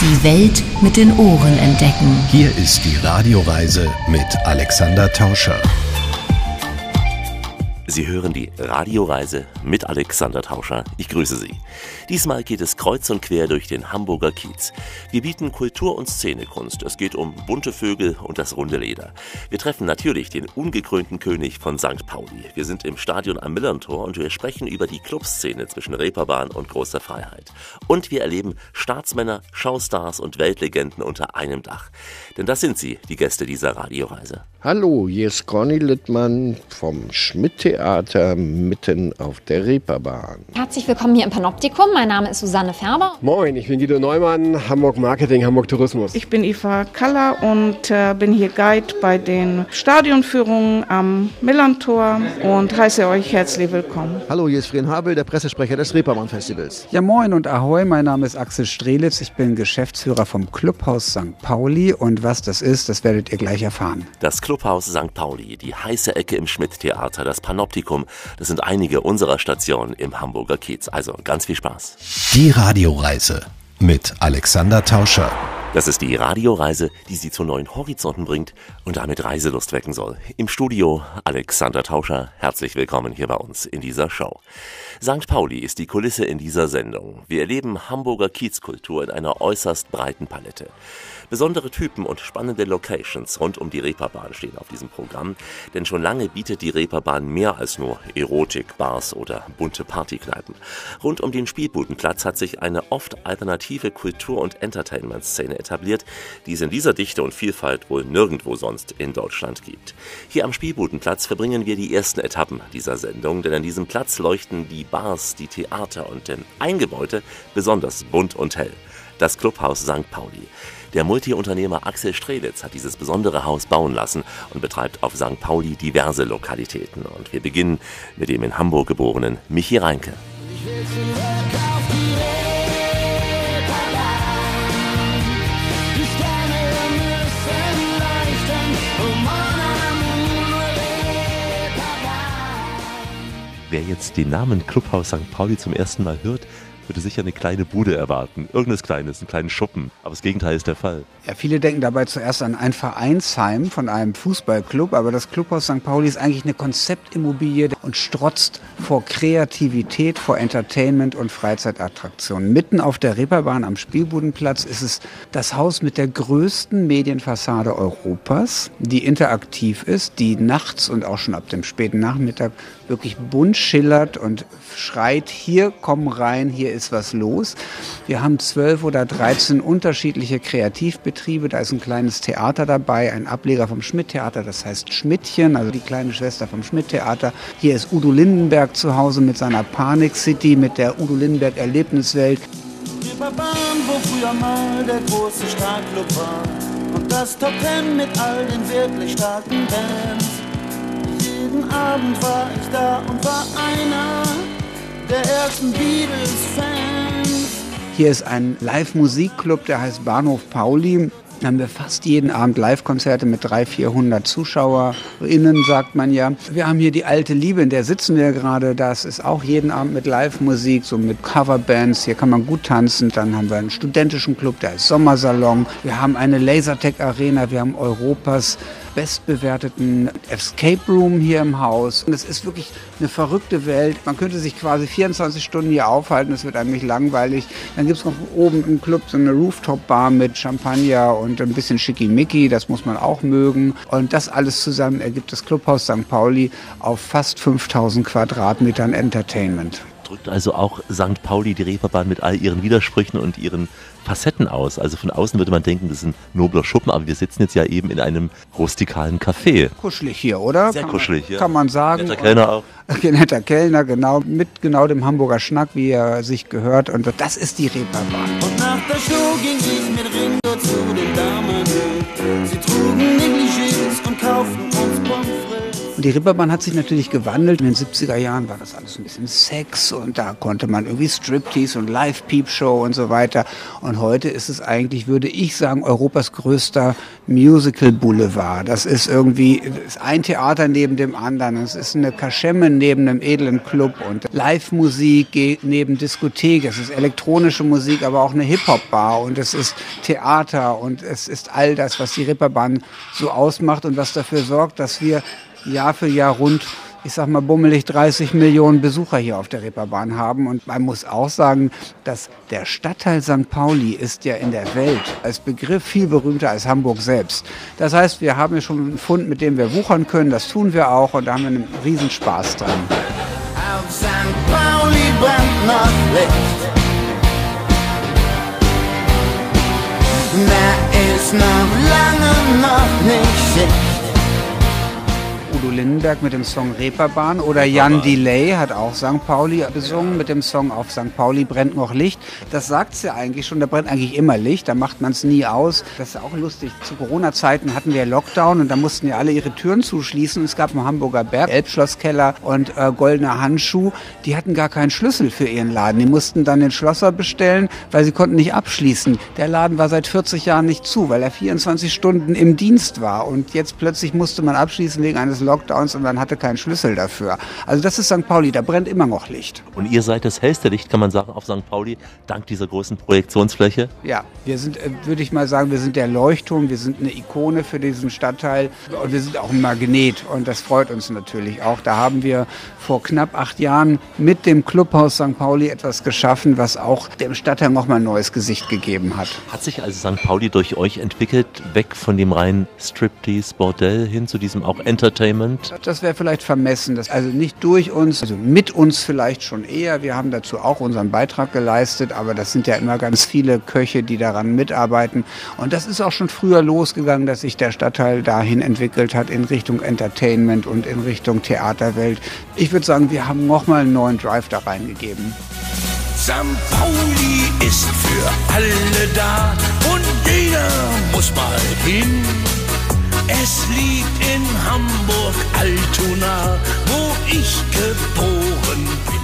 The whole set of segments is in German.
Die Welt mit den Ohren entdecken. Hier ist die Radioreise mit Alexander Tauscher. Sie hören die Radioreise mit Alexander Tauscher. Ich grüße Sie. Diesmal geht es kreuz und quer durch den Hamburger Kiez. Wir bieten Kultur- und Szenekunst. Es geht um bunte Vögel und das runde Leder. Wir treffen natürlich den ungekrönten König von St. Pauli. Wir sind im Stadion am Millerntor und wir sprechen über die Clubszene zwischen Reeperbahn und Großer Freiheit. Und wir erleben Staatsmänner, Schaustars und Weltlegenden unter einem Dach. Denn das sind sie, die Gäste dieser Radioreise. Hallo, hier ist Conny Littmann vom Schmidt-Theater mitten auf der Reeperbahn. Herzlich willkommen hier im Panoptikum. Mein Name ist Susanne Färber. Moin, ich bin Guido Neumann, Hamburg Marketing, Hamburg Tourismus. Ich bin Eva Kaller und bin hier Guide bei den Stadionführungen am Millerntor und heiße euch herzlich willkommen. Hallo, hier ist Fren Habel, der Pressesprecher des Reeperbahn-Festivals. Ja, moin und ahoi, mein Name ist Axel Strelitz, ich bin Geschäftsführer vom Clubhaus St. Pauli und was das ist, das werdet ihr gleich erfahren. Das Clubhaus St. Pauli, die heiße Ecke im Schmidt-Theater, das Panoptikum, das sind einige unserer Stationen im Hamburger Kiez. Also ganz viel Spaß. Die Radioreise mit Alexander Tauscher. Das ist die Radioreise, die Sie zu neuen Horizonten bringt und damit Reiselust wecken soll. Im Studio Alexander Tauscher, herzlich willkommen hier bei uns in dieser Show. St. Pauli ist die Kulisse in dieser Sendung. Wir erleben Hamburger Kiezkultur in einer äußerst breiten Palette. Besondere Typen und spannende Locations rund um die Reeperbahn stehen auf diesem Programm, denn schon lange bietet die Reeperbahn mehr als nur Erotik, Bars oder bunte Partykneipen. Rund um den Spielbudenplatz hat sich eine oft alternative Kultur- und Entertainment-Szene etabliert, die es in dieser Dichte und Vielfalt wohl nirgendwo sonst in Deutschland gibt. Hier am Spielbudenplatz verbringen wir die ersten Etappen dieser Sendung, denn an diesem Platz leuchten die Bars, die Theater und den Eingebäude besonders bunt und hell. Das Clubhaus St. Pauli. Der Multiunternehmer Axel Strelitz hat dieses besondere Haus bauen lassen und betreibt auf St. Pauli diverse Lokalitäten. Und wir beginnen mit dem in Hamburg geborenen Michi Reinke. Ich will zurück auf die Reeperbahn. Die Sterne müssen leuchten, oh mon amour, Reeperbahn. Wer jetzt den Namen Clubhaus St. Pauli zum ersten Mal hört, würde sicher eine kleine Bude erwarten. Irgendwas Kleines, einen kleinen Schuppen. Aber das Gegenteil ist der Fall. Ja, viele denken dabei zuerst an ein Vereinsheim von einem Fußballclub, aber das Clubhaus St. Pauli ist eigentlich eine Konzeptimmobilie und strotzt vor Kreativität, vor Entertainment und Freizeitattraktionen. Mitten auf der Reeperbahn am Spielbudenplatz ist es das Haus mit der größten Medienfassade Europas, die interaktiv ist, die nachts und auch schon ab dem späten Nachmittag wirklich bunt schillert und schreit, hier komm rein, hier ist was los. Wir haben 12 oder 13 unterschiedliche Kreativbetriebe. Da ist ein kleines Theater dabei, ein Ableger vom Schmidt-Theater, das heißt Schmidtchen, also die kleine Schwester vom Schmidt-Theater. Hier ist Udo Lindenberg zu Hause mit seiner Panik City, mit der Udo Lindenberg Erlebniswelt. Reeperbahn, wo früher mal der große Startclub war. Und das Top Ten mit all den wirklich starken Bands. Jeden Abend war ich da und war einer der ersten Beatles-Fans. Hier ist ein Live-Musikclub, der heißt Bahnhof Pauli. Da haben wir fast jeden Abend Live-Konzerte mit 300-400 ZuschauerInnen, sagt man ja. Wir haben hier die alte Liebe, in der sitzen wir gerade. Das ist auch jeden Abend mit Live-Musik, so mit Coverbands. Hier kann man gut tanzen. Dann haben wir einen studentischen Club, der heißt Sommersalon. Wir haben eine Lasertech-Arena. Wir haben Europas bestbewerteten Escape Room hier im Haus. Und es ist wirklich eine verrückte Welt. Man könnte sich quasi 24 Stunden hier aufhalten, es wird eigentlich langweilig. Dann gibt es noch oben im Club so eine Rooftop-Bar mit Champagner und ein bisschen Schickimicki, das muss man auch mögen. Und das alles zusammen ergibt das Clubhaus St. Pauli auf fast 5000 Quadratmetern Entertainment. Drückt also auch St. Pauli die Reeperbahn mit all ihren Widersprüchen und ihren Facetten aus. Also von außen würde man denken, das ist ein nobler Schuppen, aber wir sitzen jetzt ja eben in einem rustikalen Café. Kuschelig hier, oder? Sehr kuschelig, ja. Kann man sagen. Netter Kellner auch. Netter Kellner, genau. Mit genau dem Hamburger Schnack, wie er sich gehört. Und das ist die Reeperbahn. Und nach der Show ging ich mit Ringo zu den Damen. Sie trugen Negligés und kauften uns Pommes frites. Die Reeperbahn hat sich natürlich gewandelt. In den 70er Jahren war das alles ein bisschen Sex und da konnte man irgendwie Striptease und Live-Peep-Show und so weiter. Und heute ist es eigentlich, würde ich sagen, Europas größter Musical-Boulevard. Das ist irgendwie ein Theater neben dem anderen. Es ist eine Kaschemme neben einem edlen Club und Live-Musik neben Diskothek. Es ist elektronische Musik, aber auch eine Hip-Hop-Bar und es ist Theater und es ist all das, was die Reeperbahn so ausmacht und was dafür sorgt, dass wir Jahr für Jahr rund, ich sag mal bummelig 30 Millionen Besucher hier auf der Reeperbahn haben. Und man muss auch sagen, dass der Stadtteil St. Pauli ist ja in der Welt als Begriff viel berühmter als Hamburg selbst. Das heißt, wir haben ja schon einen Fund, mit dem wir wuchern können. Das tun wir auch und da haben wir einen Riesenspaß dran. Auf St. Pauli brennt noch Licht. Da ist noch lange noch nicht Schicht. Udo Lindenberg mit dem Song Reeperbahn oder Jan Delay hat auch St. Pauli besungen mit dem Song Auf St. Pauli brennt noch Licht. Das sagt's ja eigentlich schon, da brennt eigentlich immer Licht, da macht man es nie aus. Das ist auch lustig. Zu Corona-Zeiten hatten wir Lockdown und da mussten ja alle ihre Türen zuschließen. Es gab im Hamburger Berg, Elbschlosskeller und Goldener Handschuh. Die hatten gar keinen Schlüssel für ihren Laden. Die mussten dann den Schlosser bestellen, weil sie konnten nicht abschließen. Der Laden war seit 40 Jahren nicht zu, weil er 24 Stunden im Dienst war. Und jetzt plötzlich musste man abschließen wegen eines Lockdowns und man hatte keinen Schlüssel dafür. Also das ist St. Pauli, da brennt immer noch Licht. Und ihr seid das hellste Licht, kann man sagen, auf St. Pauli, dank dieser großen Projektionsfläche? Ja, wir sind, würde ich mal sagen, wir sind der Leuchtturm, wir sind eine Ikone für diesen Stadtteil und wir sind auch ein Magnet und das freut uns natürlich auch. Da haben wir vor knapp 8 Jahren mit dem Clubhaus St. Pauli etwas geschaffen, was auch dem Stadtteil nochmal ein neues Gesicht gegeben hat. Hat sich also St. Pauli durch euch entwickelt, weg von dem reinen Striptease, Bordell hin zu diesem auch Entertainment? Das wäre vielleicht vermessen, also nicht durch uns, also mit uns vielleicht schon eher. Wir haben dazu auch unseren Beitrag geleistet, aber das sind ja immer ganz viele Köche, die daran mitarbeiten. Und das ist auch schon früher losgegangen, dass sich der Stadtteil dahin entwickelt hat in Richtung Entertainment und in Richtung Theaterwelt. Ich würde sagen, wir haben nochmal einen neuen Drive da reingegeben. St. Pauli ist für alle da und jeder muss mal hin. Es liegt in Hamburg-Altona, wo ich geboren bin.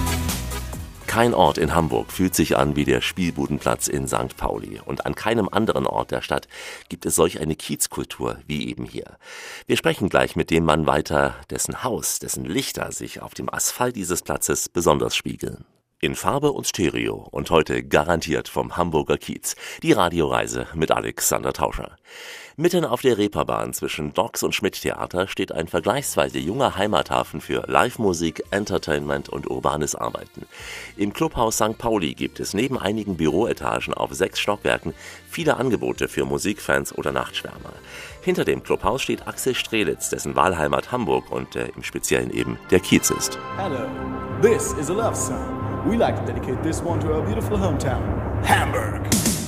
Kein Ort in Hamburg fühlt sich an wie der Spielbudenplatz in St. Pauli. Und an keinem anderen Ort der Stadt gibt es solch eine Kiezkultur wie eben hier. Wir sprechen gleich mit dem Mann weiter, dessen Haus, dessen Lichter sich auf dem Asphalt dieses Platzes besonders spiegeln. In Farbe und Stereo und heute garantiert vom Hamburger Kiez. Die Radioreise mit Alexander Tauscher. Mitten auf der Reeperbahn zwischen Docks und Schmidt-Theater steht ein vergleichsweise junger Heimathafen für Live-Musik, Entertainment und urbanes Arbeiten. Im Clubhaus St. Pauli gibt es neben einigen Büroetagen auf 6 Stockwerken viele Angebote für Musikfans oder Nachtschwärmer. Hinter dem Clubhaus steht Axel Strelitz, dessen Wahlheimat Hamburg und im Speziellen eben der Kiez ist. Hello, this is a love song. We like to dedicate this one to our beautiful hometown, Hamburg.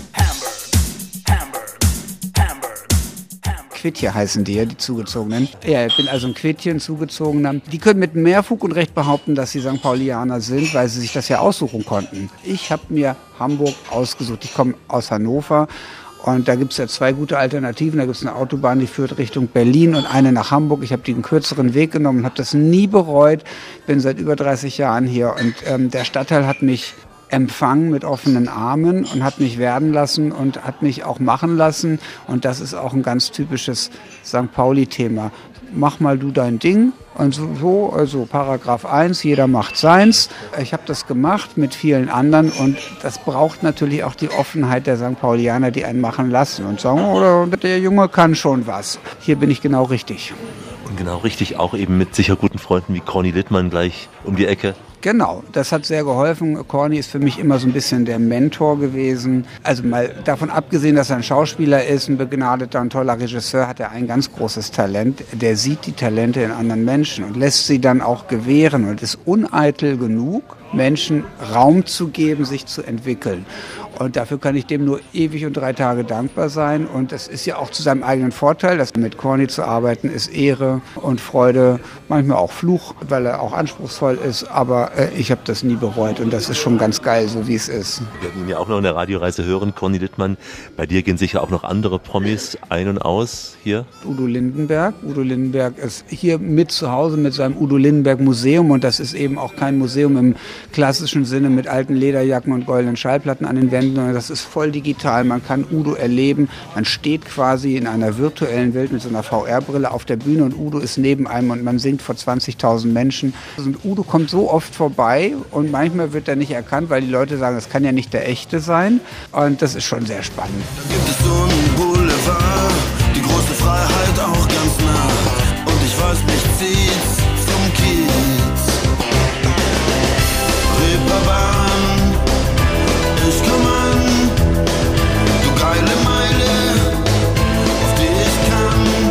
Quittje heißen die Zugezogenen. Ja, ich bin also ein Quittje, ein Zugezogener. Die können mit mehr Fug und Recht behaupten, dass sie St. Paulianer sind, weil sie sich das ja aussuchen konnten. Ich habe mir Hamburg ausgesucht. Ich komme aus Hannover und da gibt es ja 2 gute Alternativen. Da gibt es eine Autobahn, die führt Richtung Berlin und eine nach Hamburg. Ich habe den kürzeren Weg genommen und habe das nie bereut. Bin seit über 30 Jahren hier und der Stadtteil hat mich empfangen mit offenen Armen und hat mich werden lassen und hat mich auch machen lassen. Und das ist auch ein ganz typisches St. Pauli-Thema. Mach mal du dein Ding. Und so, also Paragraph 1, jeder macht seins. Ich habe das gemacht mit vielen anderen und das braucht natürlich auch die Offenheit der St. Paulianer, die einen machen lassen und sagen, oh, der Junge kann schon was. Hier bin ich genau richtig. Und genau richtig auch eben mit sicher guten Freunden wie Corny Littmann gleich um die Ecke. Genau, das hat sehr geholfen. Corny ist für mich immer so ein bisschen der Mentor gewesen. Also mal davon abgesehen, dass er ein Schauspieler ist, ein begnadeter und toller Regisseur, hat er ein ganz großes Talent. Der sieht die Talente in anderen Menschen und lässt sie dann auch gewähren und ist uneitel genug, Menschen Raum zu geben, sich zu entwickeln. Und dafür kann ich dem nur ewig und 3 Tage dankbar sein. Und es ist ja auch zu seinem eigenen Vorteil, dass mit Corny zu arbeiten, ist Ehre und Freude, manchmal auch Fluch, weil er auch anspruchsvoll ist. Aber ich habe das nie bereut und das ist schon ganz geil, so wie es ist. Wir werden ihn ja auch noch in der Radioreise hören, Corny Littmann. Bei dir gehen sicher auch noch andere Promis ein und aus hier. Udo Lindenberg. Udo Lindenberg ist hier mit zu Hause mit seinem Udo Lindenberg Museum. Und das ist eben auch kein Museum im klassischen Sinne mit alten Lederjacken und goldenen Schallplatten an den Wänden. Das ist voll digital, man kann Udo erleben, man steht quasi in einer virtuellen Welt mit so einer VR-Brille auf der Bühne und Udo ist neben einem und man singt vor 20.000 Menschen. Und Udo kommt so oft vorbei und manchmal wird er nicht erkannt, weil die Leute sagen, das kann ja nicht der Echte sein und das ist schon sehr spannend. Da gibt es so einen Boulevard, die große Freiheit auch ganz nah und ich weiß, mich zieht's zum Kiez. Reeperbahn, ich komm an, du geile Meile, auf die ich kann.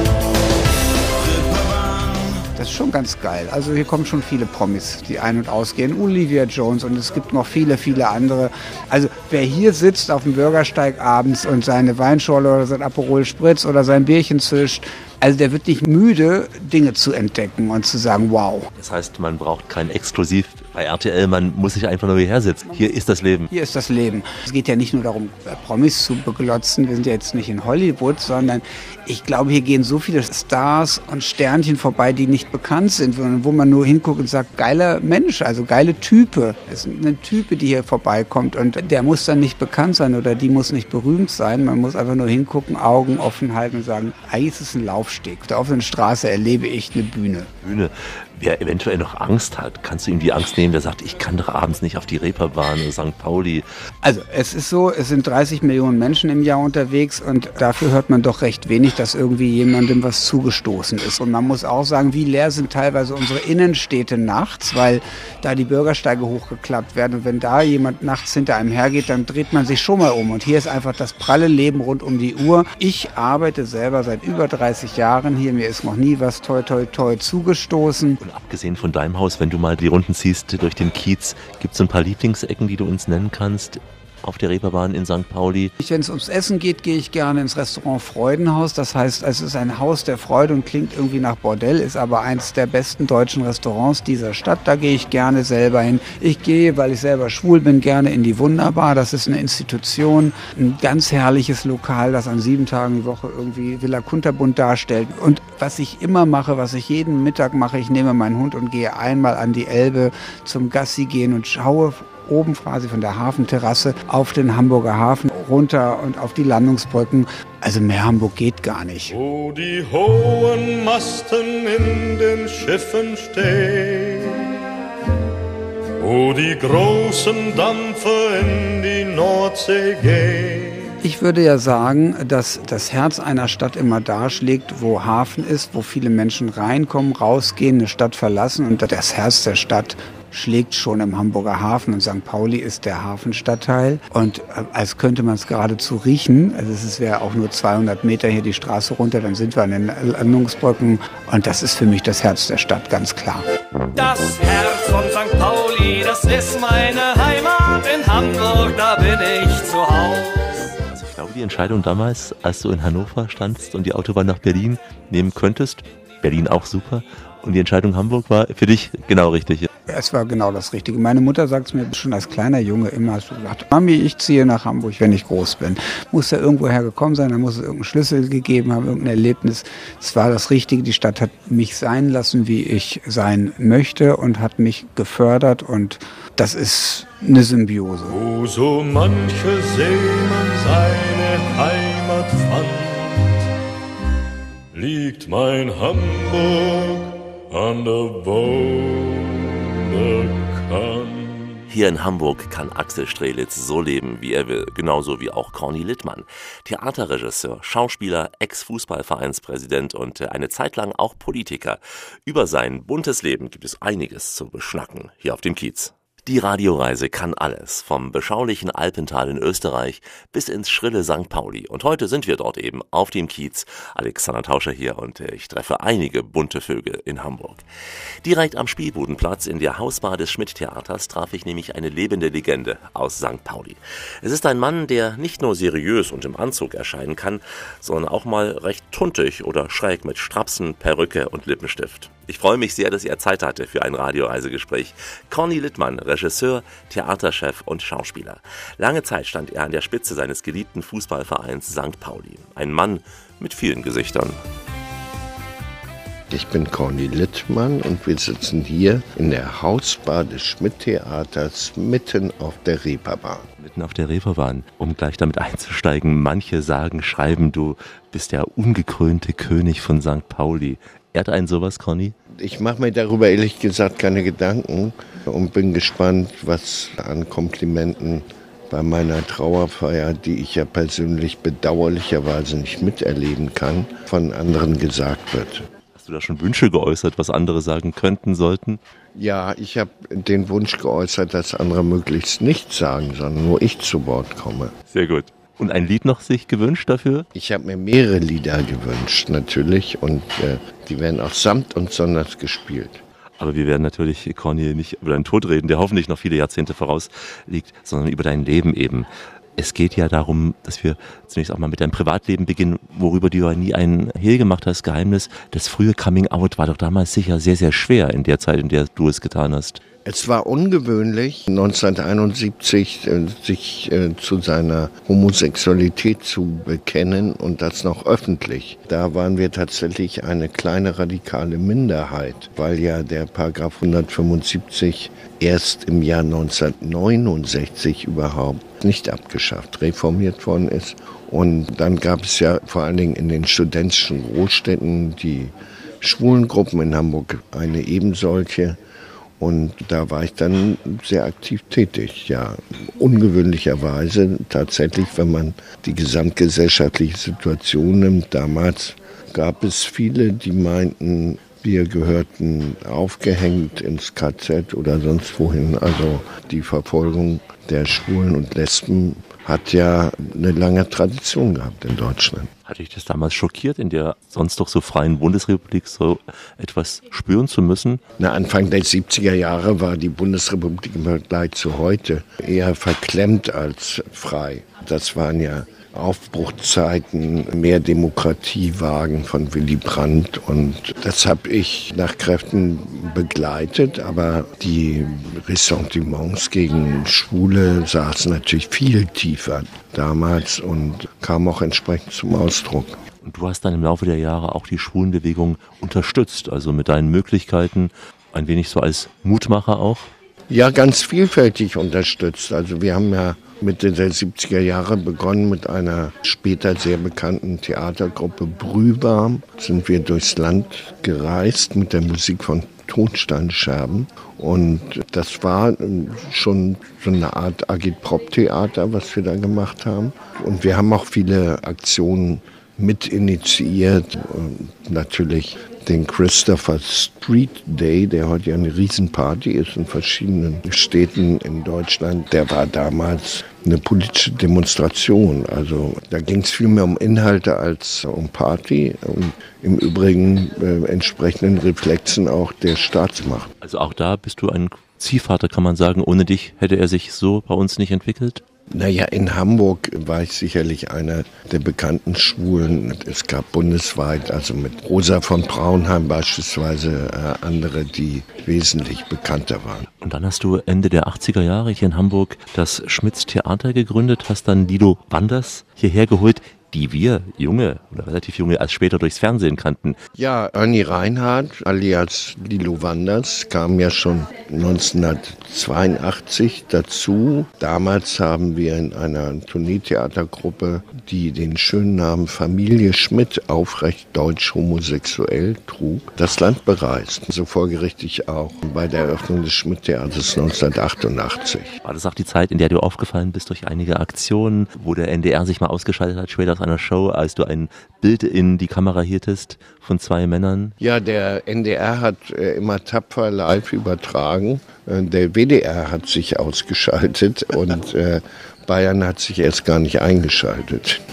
Reeperbahn. Das ist schon ganz geil. Also hier kommen schon viele Promis, die ein- und ausgehen. Olivia Jones und es gibt noch viele, viele andere. Also wer hier sitzt auf dem Bürgersteig abends und seine Weinschorle oder sein Aperol Spritz oder sein Bierchen zischt, also der wird nicht müde, Dinge zu entdecken und zu sagen, wow. Das heißt, man braucht kein Exklusiv bei RTL, man muss sich einfach nur hierher setzen. Hier ist das Leben. Hier ist das Leben. Es geht ja nicht nur darum, Promis zu beglotzen. Wir sind ja jetzt nicht in Hollywood, sondern ich glaube, hier gehen so viele Stars und Sternchen vorbei, die nicht bekannt sind, wo man nur hinguckt und sagt, geiler Mensch, also geile Type. Es ist eine Type, die hier vorbeikommt und der muss dann nicht bekannt sein oder die muss nicht berühmt sein. Man muss einfach nur hingucken, Augen offen halten und sagen, es ist ein Laufsteg. Auf der offenen Straße erlebe ich eine Bühne. Wer eventuell noch Angst hat, kannst du ihm die Angst nehmen, der sagt, ich kann doch abends nicht auf die Reeperbahn oder St. Pauli. Also es ist so, es sind 30 Millionen Menschen im Jahr unterwegs und dafür hört man doch recht wenig, dass irgendwie jemandem was zugestoßen ist. Und man muss auch sagen, wie leer sind teilweise unsere Innenstädte nachts, weil da die Bürgersteige hochgeklappt werden. Und wenn da jemand nachts hinter einem hergeht, dann dreht man sich schon mal um. Und hier ist einfach das pralle Leben rund um die Uhr. Ich arbeite selber seit über 30 Jahren hier. Mir ist noch nie was toi toi toi zugestoßen. Und abgesehen von deinem Haus, wenn du mal die Runden ziehst durch den Kiez, gibt es so ein paar Lieblingsecken, die du uns nennen kannst? Auf der Reeperbahn in St. Pauli. Wenn es ums Essen geht, gehe ich gerne ins Restaurant Freudenhaus. Das heißt, es ist ein Haus der Freude und klingt irgendwie nach Bordell, ist aber eins der besten deutschen Restaurants dieser Stadt. Da gehe ich gerne selber hin. Ich gehe, weil ich selber schwul bin, gerne in die Wunderbar. Das ist eine Institution, ein ganz herrliches Lokal, das an 7 Tagen die Woche irgendwie Villa Kunterbund darstellt. Und was ich immer mache, was ich jeden Mittag mache, ich nehme meinen Hund und gehe einmal an die Elbe zum Gassi gehen und schaue oben quasi von der Hafenterrasse auf den Hamburger Hafen runter und auf die Landungsbrücken. Also mehr Hamburg geht gar nicht. Wo die hohen Masten in den Schiffen stehen, wo die großen Dampfer in die Nordsee gehen. Ich würde ja sagen, dass das Herz einer Stadt immer da schlägt, wo Hafen ist, wo viele Menschen reinkommen, rausgehen, eine Stadt verlassen und das Herz der Stadt schlägt schon im Hamburger Hafen und St. Pauli ist der Hafenstadtteil und als könnte man es geradezu riechen, also es wäre auch nur 200 Meter hier die Straße runter, dann sind wir an den Landungsbrücken und das ist für mich das Herz der Stadt, ganz klar. Das Herz von St. Pauli, das ist meine Heimat in Hamburg, da bin ich zu Hause. Ich glaube, die Entscheidung damals, als du in Hannover standst und die Autobahn nach Berlin nehmen könntest, Berlin auch super, und die Entscheidung Hamburg war für dich genau richtig. Es war genau das Richtige. Meine Mutter sagt es mir schon als kleiner Junge immer, hast du gesagt, Mami, ich ziehe nach Hamburg, wenn ich groß bin. Muss da irgendwo hergekommen sein, da muss es irgendeinen Schlüssel gegeben haben, irgendein Erlebnis. Es war das Richtige, die Stadt hat mich sein lassen, wie ich sein möchte und hat mich gefördert und das ist eine Symbiose. Wo so manche Seemann seine Heimat fand, liegt mein Hamburg an der Wunderkant. Hier in Hamburg kann Axel Strelitz so leben, wie er will, genauso wie auch Corny Littmann. Theaterregisseur, Schauspieler, Ex-Fußballvereinspräsident und eine Zeit lang auch Politiker. Über sein buntes Leben gibt es einiges zu beschnacken hier auf dem Kiez. Die Radioreise kann alles, vom beschaulichen Alpental in Österreich bis ins schrille St. Pauli. Und heute sind wir dort eben auf dem Kiez. Alexander Tauscher hier und ich treffe einige bunte Vögel in Hamburg. Direkt am Spielbudenplatz in der Hausbar des Schmidt-Theaters traf ich nämlich eine lebende Legende aus St. Pauli. Es ist ein Mann, der nicht nur seriös und im Anzug erscheinen kann, sondern auch mal recht tuntig oder schräg mit Strapsen, Perücke und Lippenstift. Ich freue mich sehr, dass er Zeit hatte für ein Radioreisegespräch. Corny Littmann, Regisseur, Theaterchef und Schauspieler. Lange Zeit stand er an der Spitze seines geliebten Fußballvereins St. Pauli. Ein Mann mit vielen Gesichtern. Ich bin Corny Littmann und wir sitzen hier in der Hausbar des Schmidt-Theaters mitten auf der Reeperbahn. Mitten auf der Reeperbahn, um gleich damit einzusteigen. Manche sagen, schreiben, du bist der ungekrönte König von St. Pauli. Ehrt einen sowas, Corny? Ich mache mir darüber ehrlich gesagt keine Gedanken und bin gespannt, was an Komplimenten bei meiner Trauerfeier, die ich ja persönlich bedauerlicherweise nicht miterleben kann, von anderen gesagt wird. Hast du da schon Wünsche geäußert, was andere sagen könnten, sollten? Ja, ich habe den Wunsch geäußert, dass andere möglichst nichts sagen, sondern nur ich zu Wort komme. Sehr gut. Und ein Lied noch sich gewünscht dafür? Ich habe mir mehrere Lieder gewünscht, natürlich. Und die werden auch samt und sonders gespielt. Aber wir werden natürlich, Corny, nicht über deinen Tod reden, der hoffentlich noch viele Jahrzehnte vorausliegt, sondern über dein Leben eben. Es geht ja darum, dass wir zunächst auch mal mit deinem Privatleben beginnen, worüber du ja nie ein Hehl gemacht hast, Geheimnis. Das frühe Coming-out war doch damals sicher sehr, sehr schwer in der Zeit, in der du es getan hast. Es war ungewöhnlich, 1971 sich zu seiner Homosexualität zu bekennen und das noch öffentlich. Da waren wir tatsächlich eine kleine radikale Minderheit, weil ja der Paragraph 175 erst im Jahr 1969 überhaupt nicht abgeschafft, reformiert worden ist. Und dann gab es ja vor allen Dingen in den studentischen Großstädten die Schwulengruppen, in Hamburg eine ebensolche. Und da war ich dann sehr aktiv tätig, ja. Ungewöhnlicherweise tatsächlich, wenn man die gesamtgesellschaftliche Situation nimmt. Damals gab es viele, die meinten, wir gehörten aufgehängt ins KZ oder sonst wohin. Also die Verfolgung der Schwulen und Lesben hat ja eine lange Tradition gehabt in Deutschland. Hat dich das damals schockiert, in der sonst doch so freien Bundesrepublik so etwas spüren zu müssen? Na, Anfang der 70er Jahre war die Bundesrepublik im Vergleich zu heute eher verklemmt als frei. Das waren ja Aufbruchzeiten, mehr Demokratiewagen von Willy Brandt und das habe ich nach Kräften begleitet, aber die Ressentiments gegen Schwule saßen natürlich viel tiefer damals und kamen auch entsprechend zum Ausdruck. Und du hast dann im Laufe der Jahre auch die Schwulenbewegung unterstützt, also mit deinen Möglichkeiten, ein wenig so als Mutmacher auch? Ja, ganz vielfältig unterstützt. Also wir haben ja Mitte der 70er Jahre begonnen mit einer später sehr bekannten Theatergruppe Brühwarm. Sind wir durchs Land gereist mit der Musik von Tonsteinscherben. Und das war schon so eine Art Agitprop-Theater, was wir da gemacht haben. Und wir haben auch viele Aktionen mit initiiert. Und natürlich den Christopher Street Day, der heute ja eine Riesenparty ist in verschiedenen Städten in Deutschland, der war damals eine politische Demonstration. Also da ging es viel mehr um Inhalte als um Party und im Übrigen entsprechenden Reflexen auch der Staatsmacht. Also auch da bist du ein Ziehvater, kann man sagen. Ohne dich hätte er sich so bei uns nicht entwickelt? Naja, in Hamburg war ich sicherlich einer der bekannten Schwulen. Es gab bundesweit, also mit Rosa von Braunheim beispielsweise, andere, die wesentlich bekannter waren. Und dann hast du Ende der 80er Jahre hier in Hamburg das Schmitz-Theater gegründet, hast dann Lilo Wanders hierher geholt, die wir junge oder relativ junge als später durchs Fernsehen kannten. Ja, Ernie Reinhardt alias Lilo Wanders kam ja schon 1982 dazu. Damals haben wir in einer Tourneetheatergruppe, die den schönen Namen Familie Schmidt aufrecht deutsch homosexuell trug, das Land bereist. So folgerichtig auch bei der Eröffnung des Schmidt-Theaters 1988. War das auch die Zeit, in der du aufgefallen bist durch einige Aktionen, wo der NDR sich mal ausgeschaltet hat, später aus einer Show, als du ein Bild in die Kamera hieltest von zwei Männern? Ja, der NDR hat immer tapfer live übertragen Der WDR hat sich ausgeschaltet und Bayern hat sich erst gar nicht eingeschaltet.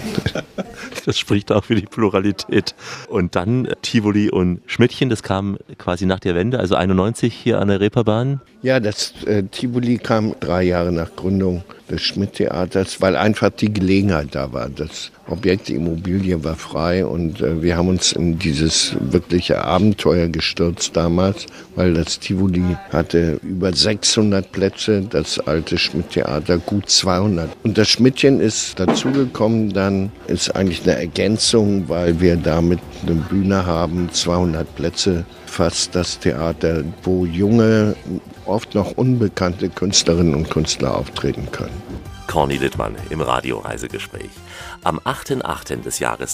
Das spricht auch für die Pluralität. Und dann Tivoli und Schmidtchen, das kam quasi nach der Wende, also 91 hier an der Reeperbahn. Ja, das Tivoli kam 3 Jahre nach Gründung des Schmidt-Theaters, weil einfach die Gelegenheit da war. Das Objekt, die Immobilie war frei und wir haben uns in dieses wirkliche Abenteuer gestürzt damals, weil das Tivoli hatte über 600 Plätze, das alte Schmidt-Theater gut 200. Und das Schmidtchen ist dazugekommen, dann ist eigentlich eine Ergänzung, weil wir damit eine Bühne haben, 200 Plätze, fast das Theater, wo junge, oft noch unbekannte Künstlerinnen und Künstler auftreten können. Corny Littmann im Radioreisegespräch. Am 8.8. des Jahres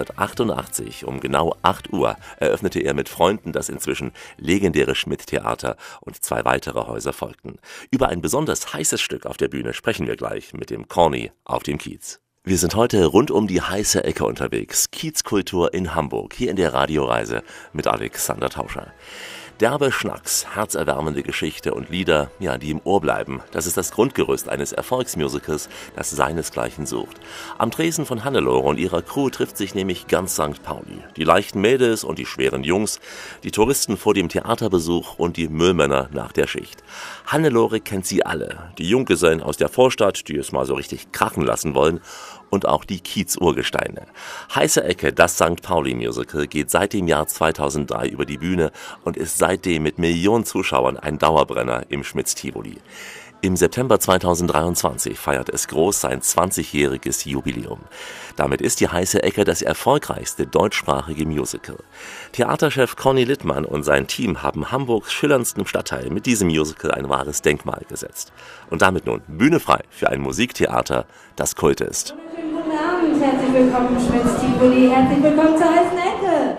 1988 um genau 8 Uhr eröffnete er mit Freunden das inzwischen legendäre Schmidt-Theater und 2 weitere Häuser folgten. Über ein besonders heißes Stück auf der Bühne sprechen wir gleich mit dem Corny auf dem Kiez. Wir sind heute rund um die heiße Ecke unterwegs. Kiezkultur in Hamburg, hier in der Radioreise mit Alexander Tauscher. Derbe Schnacks, herzerwärmende Geschichte und Lieder, ja, die im Ohr bleiben. Das ist das Grundgerüst eines Erfolgsmusicals, das seinesgleichen sucht. Am Tresen von Hannelore und ihrer Crew trifft sich nämlich ganz St. Pauli. Die leichten Mädels und die schweren Jungs, die Touristen vor dem Theaterbesuch und die Müllmänner nach der Schicht. Hannelore kennt sie alle. Die Junggesellen aus der Vorstadt, die es mal so richtig krachen lassen wollen, und auch die Kiez-Urgesteine. Heiße Ecke, das St. Pauli-Musical, geht seit dem Jahr 2003 über die Bühne und ist seitdem mit Millionen Zuschauern ein Dauerbrenner im Schmitz-Tivoli. Im September 2023 feiert es groß sein 20-jähriges Jubiläum. Damit ist die Heiße Ecke das erfolgreichste deutschsprachige Musical. Theaterchef Corny Littmann und sein Team haben Hamburgs schillerndsten Stadtteil mit diesem Musical ein wahres Denkmal gesetzt. Und damit nun Bühne frei für ein Musiktheater, das Kult ist. Guten Abend, herzlich willkommen im Schmitz-Tivoli, herzlich willkommen zur Heißen Ecke.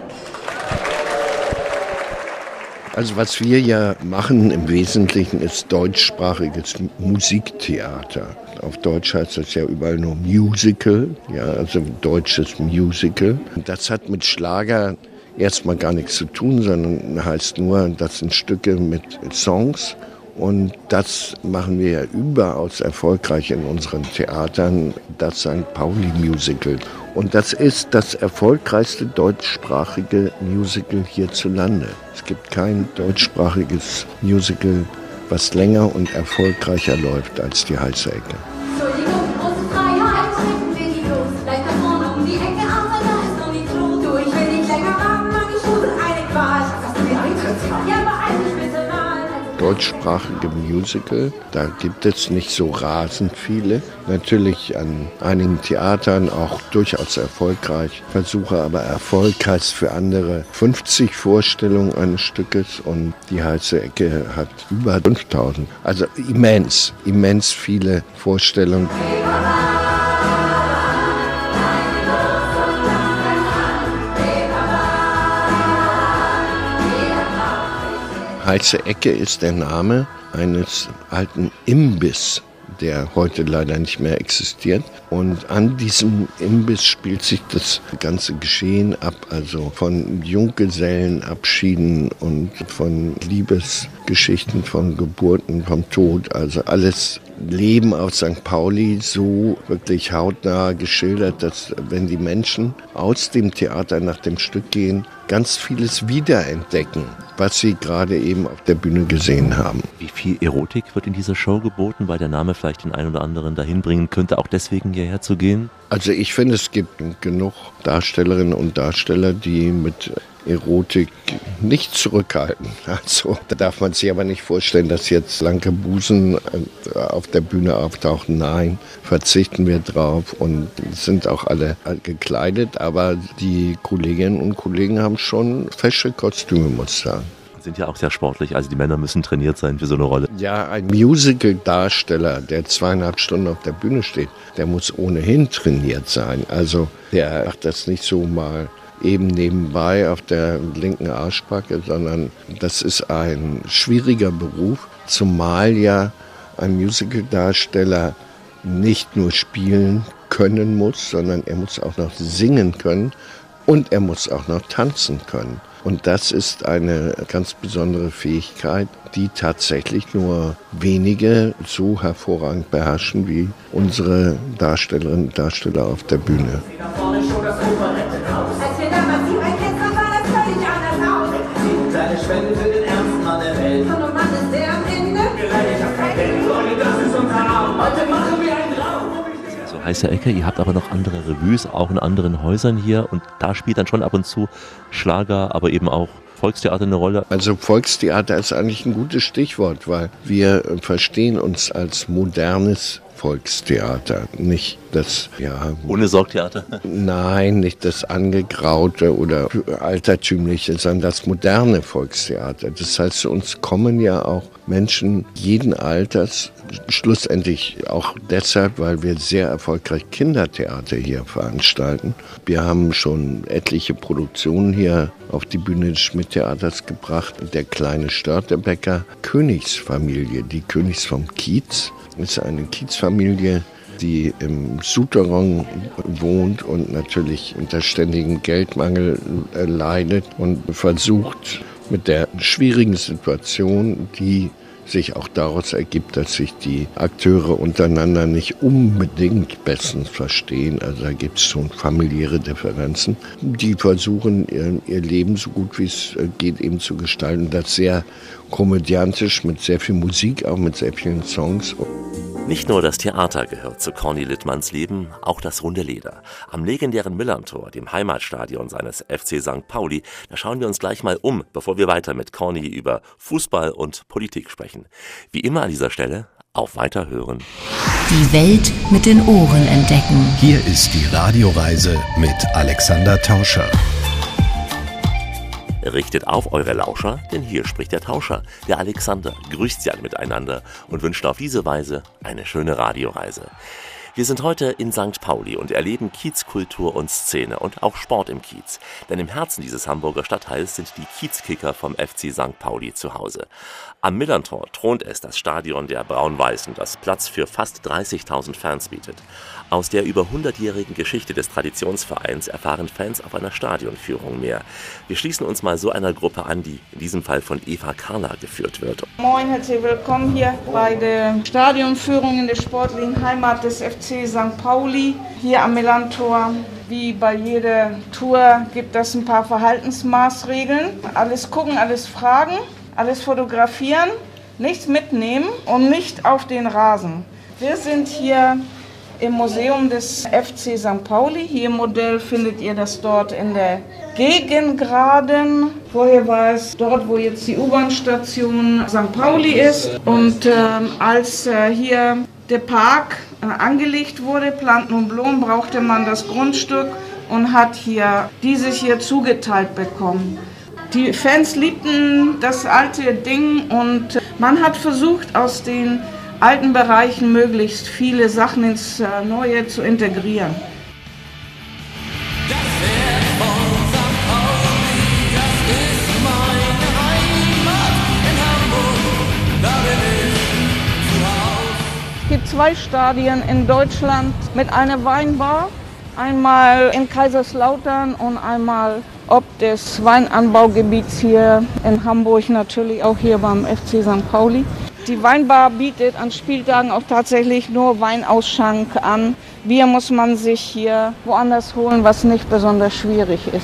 Also was wir ja machen im Wesentlichen ist deutschsprachiges Musiktheater. Auf Deutsch heißt das ja überall nur Musical, ja, also deutsches Musical. Das hat mit Schlager erstmal gar nichts zu tun, sondern heißt nur, das sind Stücke mit Songs. Und das machen wir ja überaus erfolgreich in unseren Theatern, das St. Pauli Musical. Und das ist das erfolgreichste deutschsprachige Musical hierzulande. Es gibt kein deutschsprachiges Musical, was länger und erfolgreicher läuft als die Heiße Ecke. Entschuldigung, große Freiheit, treten wir die los. Gleich da vorne um die Ecke, aber da ist noch nicht Klo. Du, ich will nicht länger warten, meine Schuhe sind eine Qual. Hast du die Eintrittskarte? Ja, aber eigentlich bitte mal. Deutschsprachige Musical, da gibt es nicht so rasend viele. Natürlich an einigen Theatern auch durchaus erfolgreich. Versuche aber Erfolg heißt für andere 50 Vorstellungen eines Stückes und die Heiße Ecke hat über 5000. Also immens viele Vorstellungen. Heiße Ecke ist der Name eines alten Imbiss, der heute leider nicht mehr existiert. Und an diesem Imbiss spielt sich das ganze Geschehen ab, also von Junggesellenabschieden und von Liebesgeschichten, von Geburten, vom Tod, also alles Leben auf St. Pauli so wirklich hautnah geschildert, dass wenn die Menschen aus dem Theater nach dem Stück gehen, ganz vieles wiederentdecken, was sie gerade eben auf der Bühne gesehen haben. Wie viel Erotik wird in dieser Show geboten, weil der Name vielleicht den einen oder anderen dahin bringen könnte, auch deswegen hierher zu gehen? Also ich finde, es gibt genug Darstellerinnen und Darsteller, die mit Erotik nicht zurückhalten. Also da darf man sich aber nicht vorstellen, dass jetzt blanke Busen auf der Bühne auftauchen. Nein, verzichten wir drauf und sind auch alle gekleidet. Aber die Kolleginnen und Kollegen haben schon fesche Kostüme, muss ich sagen. Sind ja auch sehr sportlich, also die Männer müssen trainiert sein für so eine Rolle. Ja, ein Musical-Darsteller, der 2,5 Stunden auf der Bühne steht, der muss ohnehin trainiert sein. Also der macht das nicht so mal eben nebenbei auf der linken Arschbacke, sondern das ist ein schwieriger Beruf, zumal ja ein Musical-Darsteller nicht nur spielen können muss, sondern er muss auch noch singen können und er muss auch noch tanzen können. Und das ist eine ganz besondere Fähigkeit, die tatsächlich nur wenige so hervorragend beherrschen wie unsere Darstellerinnen und Darsteller auf der Bühne. Spende für den ärmsten Mann der Welt. Und ein Mann ist der am Ende. Ich hab kein Geld, Leute, das ist unser Raum. Heute machen wir einen Raum. So heißt Herr Ecke, ihr habt aber noch andere Revues, auch in anderen Häusern hier. Und da spielt dann schon ab und zu Schlager, aber eben auch Volkstheater eine Rolle. Also Volkstheater ist eigentlich ein gutes Stichwort, weil wir verstehen uns als modernes Volkstheater, nicht das, ja... Ohne Sorgtheater? Nein, nicht das angegraute oder altertümliche, sondern das moderne Volkstheater. Das heißt, zu uns kommen ja auch Menschen jeden Alters, schlussendlich auch deshalb, weil wir sehr erfolgreich Kindertheater hier veranstalten. Wir haben schon etliche Produktionen hier auf die Bühne des Schmidt-Theaters gebracht. Der kleine Störtebecker, Königsfamilie, die Königs vom Kiez, ist eine Kiezfamilie, die im Souterrain wohnt und natürlich unter ständigem Geldmangel leidet und versucht mit der schwierigen Situation, die sich auch daraus ergibt, dass sich die Akteure untereinander nicht unbedingt bestens verstehen. Also da gibt es schon familiäre Differenzen. Die versuchen, ihr Leben so gut wie es geht eben zu gestalten. Das sehr komödiantisch, mit sehr viel Musik, auch mit sehr vielen Songs. Nicht nur das Theater gehört zu Corny Littmanns Leben, auch das runde Leder. Am legendären Millantor, dem Heimatstadion seines FC St. Pauli, da schauen wir uns gleich mal um, bevor wir weiter mit Corny über Fußball und Politik sprechen. Wie immer an dieser Stelle, auf Weiterhören. Die Welt mit den Ohren entdecken. Hier ist die Radioreise mit Alexander Tauscher. Richtet auf eure Lauscher, denn hier spricht der Tauscher, der Alexander, grüßt sie alle miteinander und wünscht auf diese Weise eine schöne Radioreise. Wir sind heute in St. Pauli und erleben Kiezkultur und Szene und auch Sport im Kiez. Denn im Herzen dieses Hamburger Stadtteils sind die Kiezkicker vom FC St. Pauli zu Hause. Am Millantor thront es das Stadion der Braun-Weißen, das Platz für fast 30.000 Fans bietet. Aus der über 100-jährigen Geschichte des Traditionsvereins erfahren Fans auf einer Stadionführung mehr. Wir schließen uns mal so einer Gruppe an, die in diesem Fall von Eva Karla geführt wird. Moin, herzlich willkommen hier bei der Stadionführung in der sportlichen Heimat des FC St. Pauli, hier am Millantor. Wie bei jeder Tour gibt es ein paar Verhaltensmaßregeln. Alles gucken, alles fragen, alles fotografieren, nichts mitnehmen und nicht auf den Rasen. Wir sind hier im Museum des FC St. Pauli. Hier im Modell findet ihr das dort in der Gegengraden. Vorher war es dort, wo jetzt die U-Bahn-Station St. Pauli ist. Und als hier der Park angelegt wurde, Planten und Blumen, brauchte man das Grundstück und hat hier dieses hier zugeteilt bekommen. Die Fans liebten das alte Ding und man hat versucht, aus den alten Bereichen möglichst viele Sachen ins Neue zu integrieren. Es gibt 2 Stadien in Deutschland mit einer Weinbar. Einmal in Kaiserslautern und einmal ob des Weinanbaugebiets hier in Hamburg, natürlich auch hier beim FC St. Pauli. Die Weinbar bietet an Spieltagen auch tatsächlich nur Weinausschank an. Bier muss man sich hier woanders holen, was nicht besonders schwierig ist.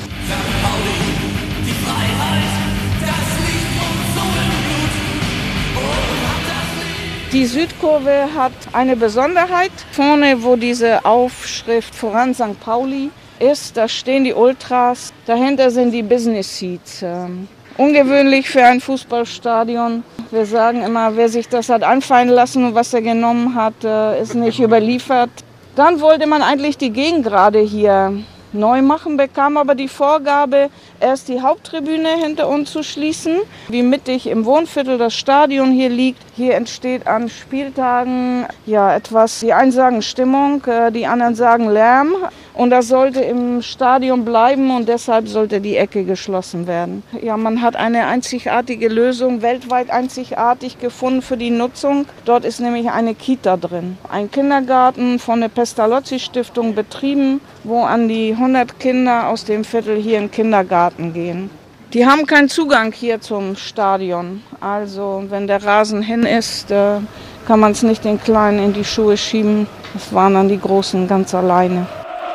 Die Südkurve hat eine Besonderheit. Vorne, wo diese Aufschrift voran St. Pauli ist, da stehen die Ultras. Dahinter sind die Business Seats. Ungewöhnlich für ein Fußballstadion. Wir sagen immer, wer sich das hat einfallen lassen und was er genommen hat, ist nicht überliefert. Dann wollte man eigentlich die Gegengrade hier neu machen, bekam aber die Vorgabe, erst die Haupttribüne hinter uns zu schließen. Wie mittig im Wohnviertel das Stadion hier liegt, hier entsteht an Spieltagen ja etwas, die einen sagen Stimmung, die anderen sagen Lärm. Und das sollte im Stadion bleiben und deshalb sollte die Ecke geschlossen werden. Ja, man hat eine einzigartige Lösung, weltweit einzigartig gefunden für die Nutzung. Dort ist nämlich eine Kita drin. Ein Kindergarten von der Pestalozzi-Stiftung betrieben, wo an die 100 Kinder aus dem Viertel hier in den Kindergarten gehen. Die haben keinen Zugang hier zum Stadion. Also wenn der Rasen hin ist, kann man es nicht den Kleinen in die Schuhe schieben. Das waren dann die Großen ganz alleine.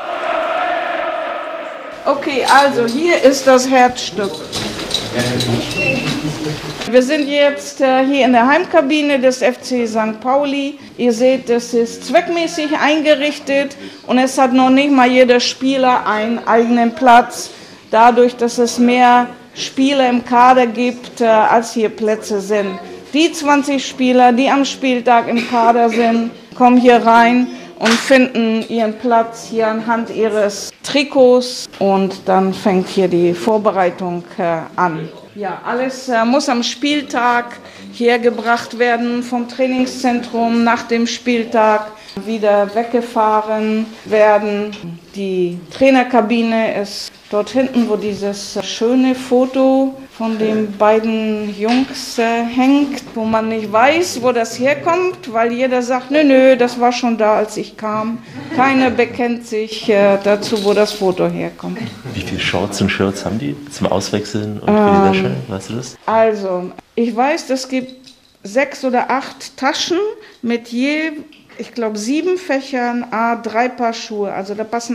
Okay, also hier ist das Herzstück. Wir sind jetzt hier in der Heimkabine des FC St. Pauli. Ihr seht, es ist zweckmäßig eingerichtet und es hat noch nicht mal jeder Spieler einen eigenen Platz. Dadurch, dass es mehr Spieler im Kader gibt, als hier Plätze sind. Die 20 Spieler, die am Spieltag im Kader sind, kommen hier rein und finden ihren Platz hier anhand ihres Trikots und dann fängt hier die Vorbereitung an. Ja, alles muss am Spieltag hergebracht werden vom Trainingszentrum, nach dem Spieltag wieder weggefahren werden. Die Trainerkabine ist dort hinten, wo dieses schöne Foto von den beiden Jungs hängt, wo man nicht weiß, wo das herkommt, weil jeder sagt, nö, das war schon da, als ich kam. Keiner bekennt sich dazu, wo das Foto herkommt. Wie viele Shorts und Shirts haben die zum Auswechseln und für die Wäsche? Weißt du das? Also, ich weiß, es gibt 6 oder 8 Taschen mit ich glaube 7 Fächern, 3 Paar Schuhe. Also da passen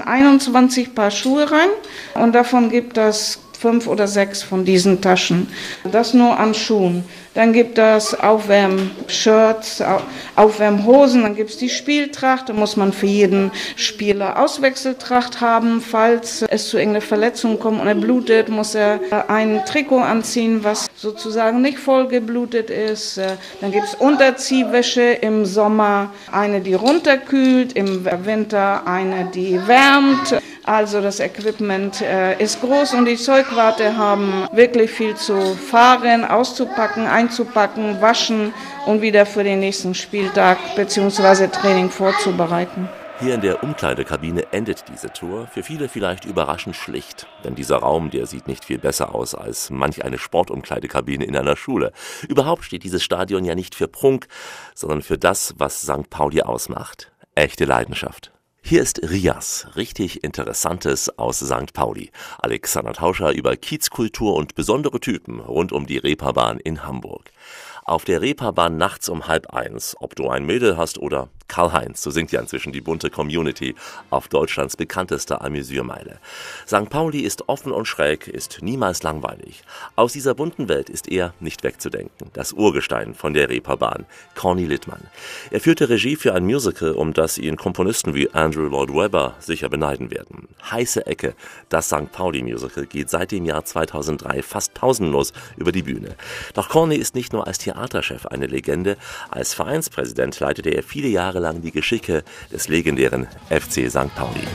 21 Paar Schuhe rein und davon gibt es 5 oder 6 von diesen Taschen. Das nur an Schuhen. Dann gibt es Aufwärmshirts, Aufwärmhosen, dann gibt es die Spieltracht. Da muss man für jeden Spieler Auswechseltracht haben. Falls es zu irgendeiner Verletzung kommt und er blutet, muss er ein Trikot anziehen, was sozusagen nicht voll geblutet ist. Dann gibt es Unterziehwäsche im Sommer, eine, die runterkühlt, im Winter eine, die wärmt. Also das Equipment ist groß und die Zeugwarte haben wirklich viel zu fahren, auszupacken, einzupacken, waschen und wieder für den nächsten Spieltag bzw. Training vorzubereiten. Hier in der Umkleidekabine endet diese Tour, für viele vielleicht überraschend schlicht. Denn dieser Raum, der sieht nicht viel besser aus als manch eine Sportumkleidekabine in einer Schule. Überhaupt steht dieses Stadion ja nicht für Prunk, sondern für das, was St. Pauli ausmacht. Echte Leidenschaft. Hier ist Rias, richtig Interessantes aus St. Pauli. Alexander Tauscher über Kiezkultur und besondere Typen rund um die Reeperbahn in Hamburg. Auf der Reeperbahn nachts um 12:30, ob du ein Mädel hast oder Karl-Heinz, so singt ja inzwischen die bunte Community auf Deutschlands bekanntester Amüsiermeile. St. Pauli ist offen und schräg, ist niemals langweilig. Aus dieser bunten Welt ist er nicht wegzudenken. Das Urgestein von der Reeperbahn, Corny Littmann. Er führte Regie für ein Musical, um das ihn Komponisten wie Andrew Lloyd Webber sicher beneiden werden. Heiße Ecke, das St. Pauli-Musical geht seit dem Jahr 2003 fast pausenlos über die Bühne. Doch Corny ist nicht nur als Theaterchef eine Legende, als Vereinspräsident leitete er viele Jahre lang die Geschicke des legendären FC St. Pauli.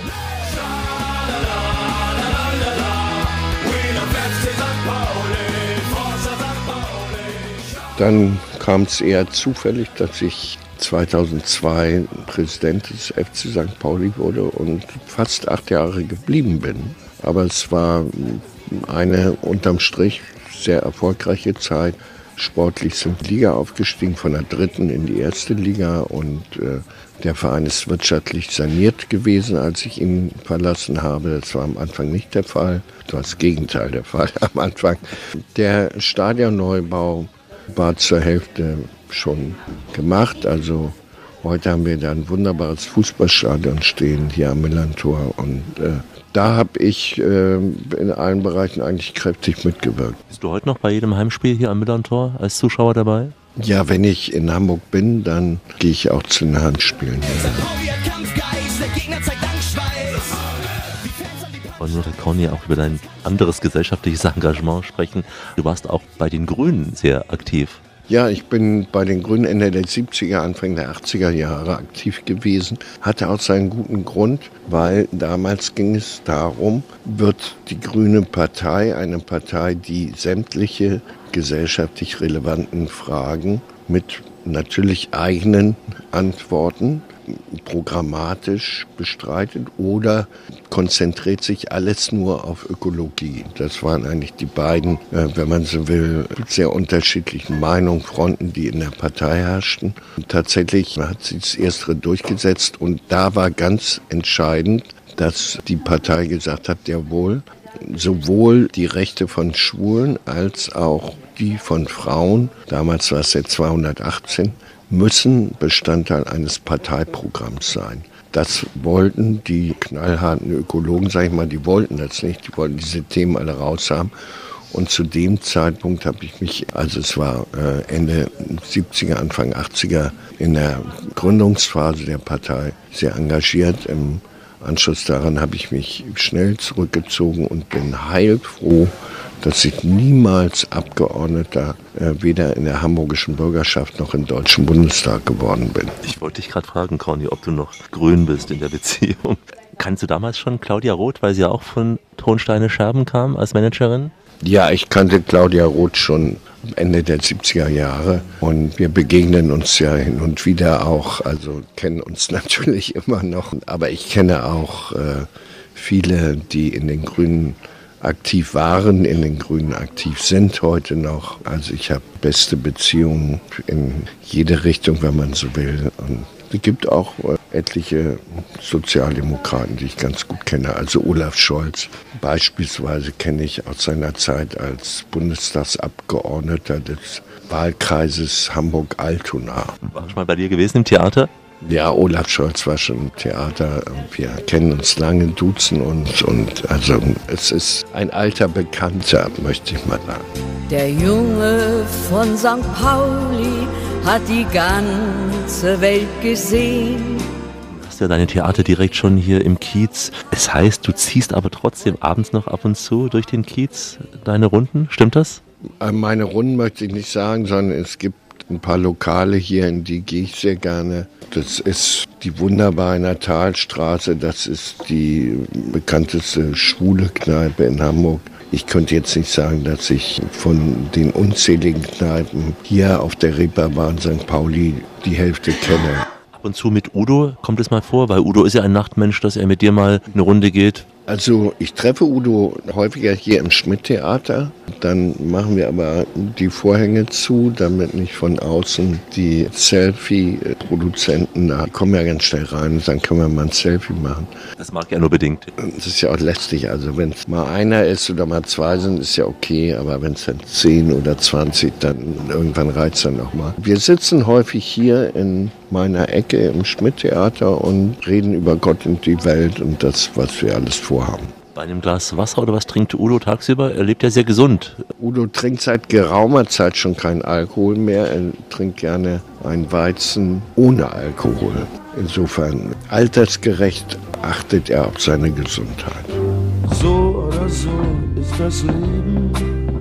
Dann kam es eher zufällig, dass ich 2002 Präsident des FC St. Pauli wurde und fast 8 Jahre geblieben bin. Aber es war eine unterm Strich sehr erfolgreiche Zeit. Sportlich sind Liga aufgestiegen, von der 3. in die 1. Liga und der Verein ist wirtschaftlich saniert gewesen, als ich ihn verlassen habe. Das war am Anfang nicht der Fall, das war das Gegenteil der Fall am Anfang. Der Stadionneubau war zur Hälfte schon gemacht, also heute haben wir da ein wunderbares Fußballstadion stehen hier am Millantor und da habe ich in allen Bereichen eigentlich kräftig mitgewirkt. Bist du heute noch bei jedem Heimspiel hier am Millantor als Zuschauer dabei? Ja, wenn ich in Hamburg bin, dann gehe ich auch zu den Heimspielen. Und nur Corny auch über dein anderes gesellschaftliches Engagement sprechen. Du warst auch bei den Grünen sehr aktiv. Ja, ich bin bei den Grünen Ende der 70er, Anfang der 80er Jahre aktiv gewesen. Hatte auch seinen guten Grund, weil damals ging es darum, wird die Grüne Partei eine Partei, die sämtliche gesellschaftlich relevanten Fragen mit natürlich eigenen Antworten programmatisch bestreitet oder konzentriert sich alles nur auf Ökologie. Das waren eigentlich die beiden, wenn man so will, sehr unterschiedlichen Meinungsfronten, die in der Partei herrschten. Und tatsächlich hat sich das Erstere durchgesetzt und da war ganz entscheidend, dass die Partei gesagt hat, jawohl, sowohl die Rechte von Schwulen als auch die von Frauen, damals war es der 218, müssen Bestandteil eines Parteiprogramms sein. Das wollten die knallharten Ökologen, sag ich mal, die wollten das nicht, die wollten diese Themen alle raushaben. Und zu dem Zeitpunkt habe ich mich, also es war Ende 70er, Anfang 80er, in der Gründungsphase der Partei sehr engagiert. Im Anschluss daran habe ich mich schnell zurückgezogen und bin heilfroh, dass ich niemals Abgeordneter weder in der hamburgischen Bürgerschaft noch im Deutschen Bundestag geworden bin. Ich wollte dich gerade fragen, Conny, ob du noch grün bist in der Beziehung. Kannst du damals schon Claudia Roth, weil sie ja auch von Tonsteine Scherben kam als Managerin? Ja, ich kannte Claudia Roth schon Ende der 70er Jahre und wir begegnen uns ja hin und wieder auch, also kennen uns natürlich immer noch. Aber ich kenne auch viele, die in den Grünen aktiv waren, in den Grünen aktiv sind heute noch. Also ich habe beste Beziehungen in jede Richtung, wenn man so will. Und es gibt auch etliche Sozialdemokraten, die ich ganz gut kenne. Also Olaf Scholz beispielsweise kenne ich aus seiner Zeit als Bundestagsabgeordneter des Wahlkreises Hamburg-Altona. Warst du mal bei dir gewesen im Theater? Ja, Olaf Scholz war schon im Theater. Wir kennen uns lange, duzen uns und also es ist ein alter Bekannter, möchte ich mal sagen. Der Junge von St. Pauli hat die ganze Welt gesehen. Du hast ja deine Theater direkt schon hier im Kiez. Es heißt, du ziehst aber trotzdem abends noch ab und zu durch den Kiez deine Runden. Stimmt das? Meine Runden möchte ich nicht sagen, sondern es gibt ein paar Lokale hier, in die gehe ich sehr gerne. Das ist die wunderbare Natalstraße, das ist die bekannteste schwule Kneipe in Hamburg. Ich könnte jetzt nicht sagen, dass ich von den unzähligen Kneipen hier auf der Reeperbahn St. Pauli die Hälfte kenne. Ab und zu mit Udo kommt es mal vor, weil Udo ist ja ein Nachtmensch, dass er mit dir mal eine Runde geht. Also ich treffe Udo häufiger hier im Schmidt-Theater. Dann machen wir aber die Vorhänge zu, damit nicht von außen die Selfie-Produzenten, da kommen ja ganz schnell rein und dann können wir mal ein Selfie machen. Das mag er nur bedingt. Das ist ja auch lästig. Also wenn es mal einer ist oder mal zwei sind, ist ja okay. Aber wenn es dann 10 oder 20, dann irgendwann reizt es dann nochmal. Wir sitzen häufig hier in meiner Ecke im Schmidt-Theater und reden über Gott und die Welt und das, was wir alles vorhaben. Bei einem Glas Wasser oder was trinkt Udo tagsüber? Er lebt ja sehr gesund. Udo trinkt seit geraumer Zeit schon keinen Alkohol mehr. Er trinkt gerne einen Weizen ohne Alkohol. Insofern altersgerecht achtet er auf seine Gesundheit. So oder so ist das Leben,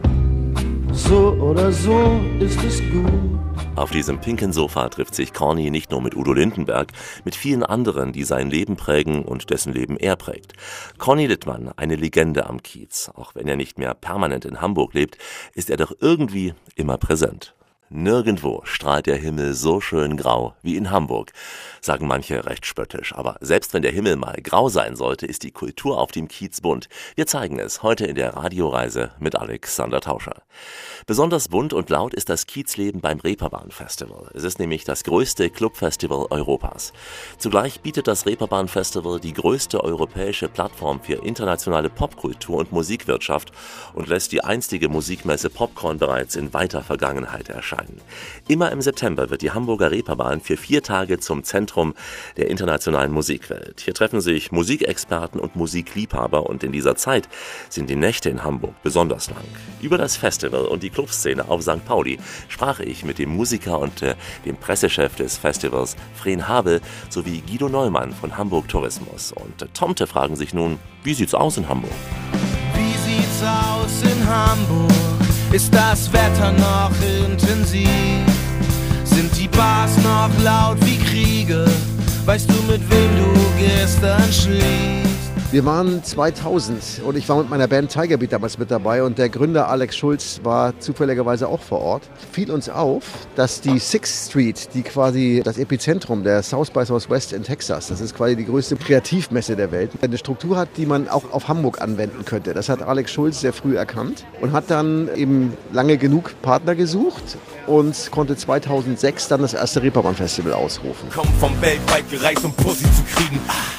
so oder so ist es gut. Auf diesem pinken Sofa trifft sich Corny nicht nur mit Udo Lindenberg, mit vielen anderen, die sein Leben prägen und dessen Leben er prägt. Corny Littmann, eine Legende am Kiez. Auch wenn er nicht mehr permanent in Hamburg lebt, ist er doch irgendwie immer präsent. Nirgendwo strahlt der Himmel so schön grau wie in Hamburg, sagen manche recht spöttisch. Aber selbst wenn der Himmel mal grau sein sollte, ist die Kultur auf dem Kiez bunt. Wir zeigen es heute in der Radioreise mit Alexander Tauscher. Besonders bunt und laut ist das Kiezleben beim Reeperbahn-Festival. Es ist nämlich das größte Clubfestival Europas. Zugleich bietet das Reeperbahn-Festival die größte europäische Plattform für internationale Popkultur und Musikwirtschaft und lässt die einstige Musikmesse Popcorn bereits in weiter Vergangenheit erscheinen. Immer im September wird die Hamburger Reeperbahn für 4 Tage zum Zentrum der internationalen Musikwelt. Hier treffen sich Musikexperten und Musikliebhaber und in dieser Zeit sind die Nächte in Hamburg besonders lang. Über das Festival und die Clubszene auf St. Pauli sprach ich mit dem Musiker und dem Pressechef des Festivals, Fren Habel, sowie Guido Neumann von Hamburg Tourismus. Und Tomte fragen sich nun, wie sieht's aus in Hamburg? Wie sieht's aus in Hamburg? Ist das Wetter noch intensiv? Sind die Bars noch laut wie Kriege? Weißt du, mit wem du gestern schliefst? Wir waren 2000 und ich war mit meiner Band Tigerbeat damals mit dabei und der Gründer Alex Schulz war zufälligerweise auch vor Ort. Fiel uns auf, dass die 6th Street, die quasi das Epizentrum der South by Southwest in Texas, das ist quasi die größte Kreativmesse der Welt, eine Struktur hat, die man auch auf Hamburg anwenden könnte. Das hat Alex Schulz sehr früh erkannt und hat dann eben lange genug Partner gesucht und konnte 2006 dann das erste Reeperbahn Festival ausrufen. Komm vom weltweit gereist, um Pussy zu kriegen.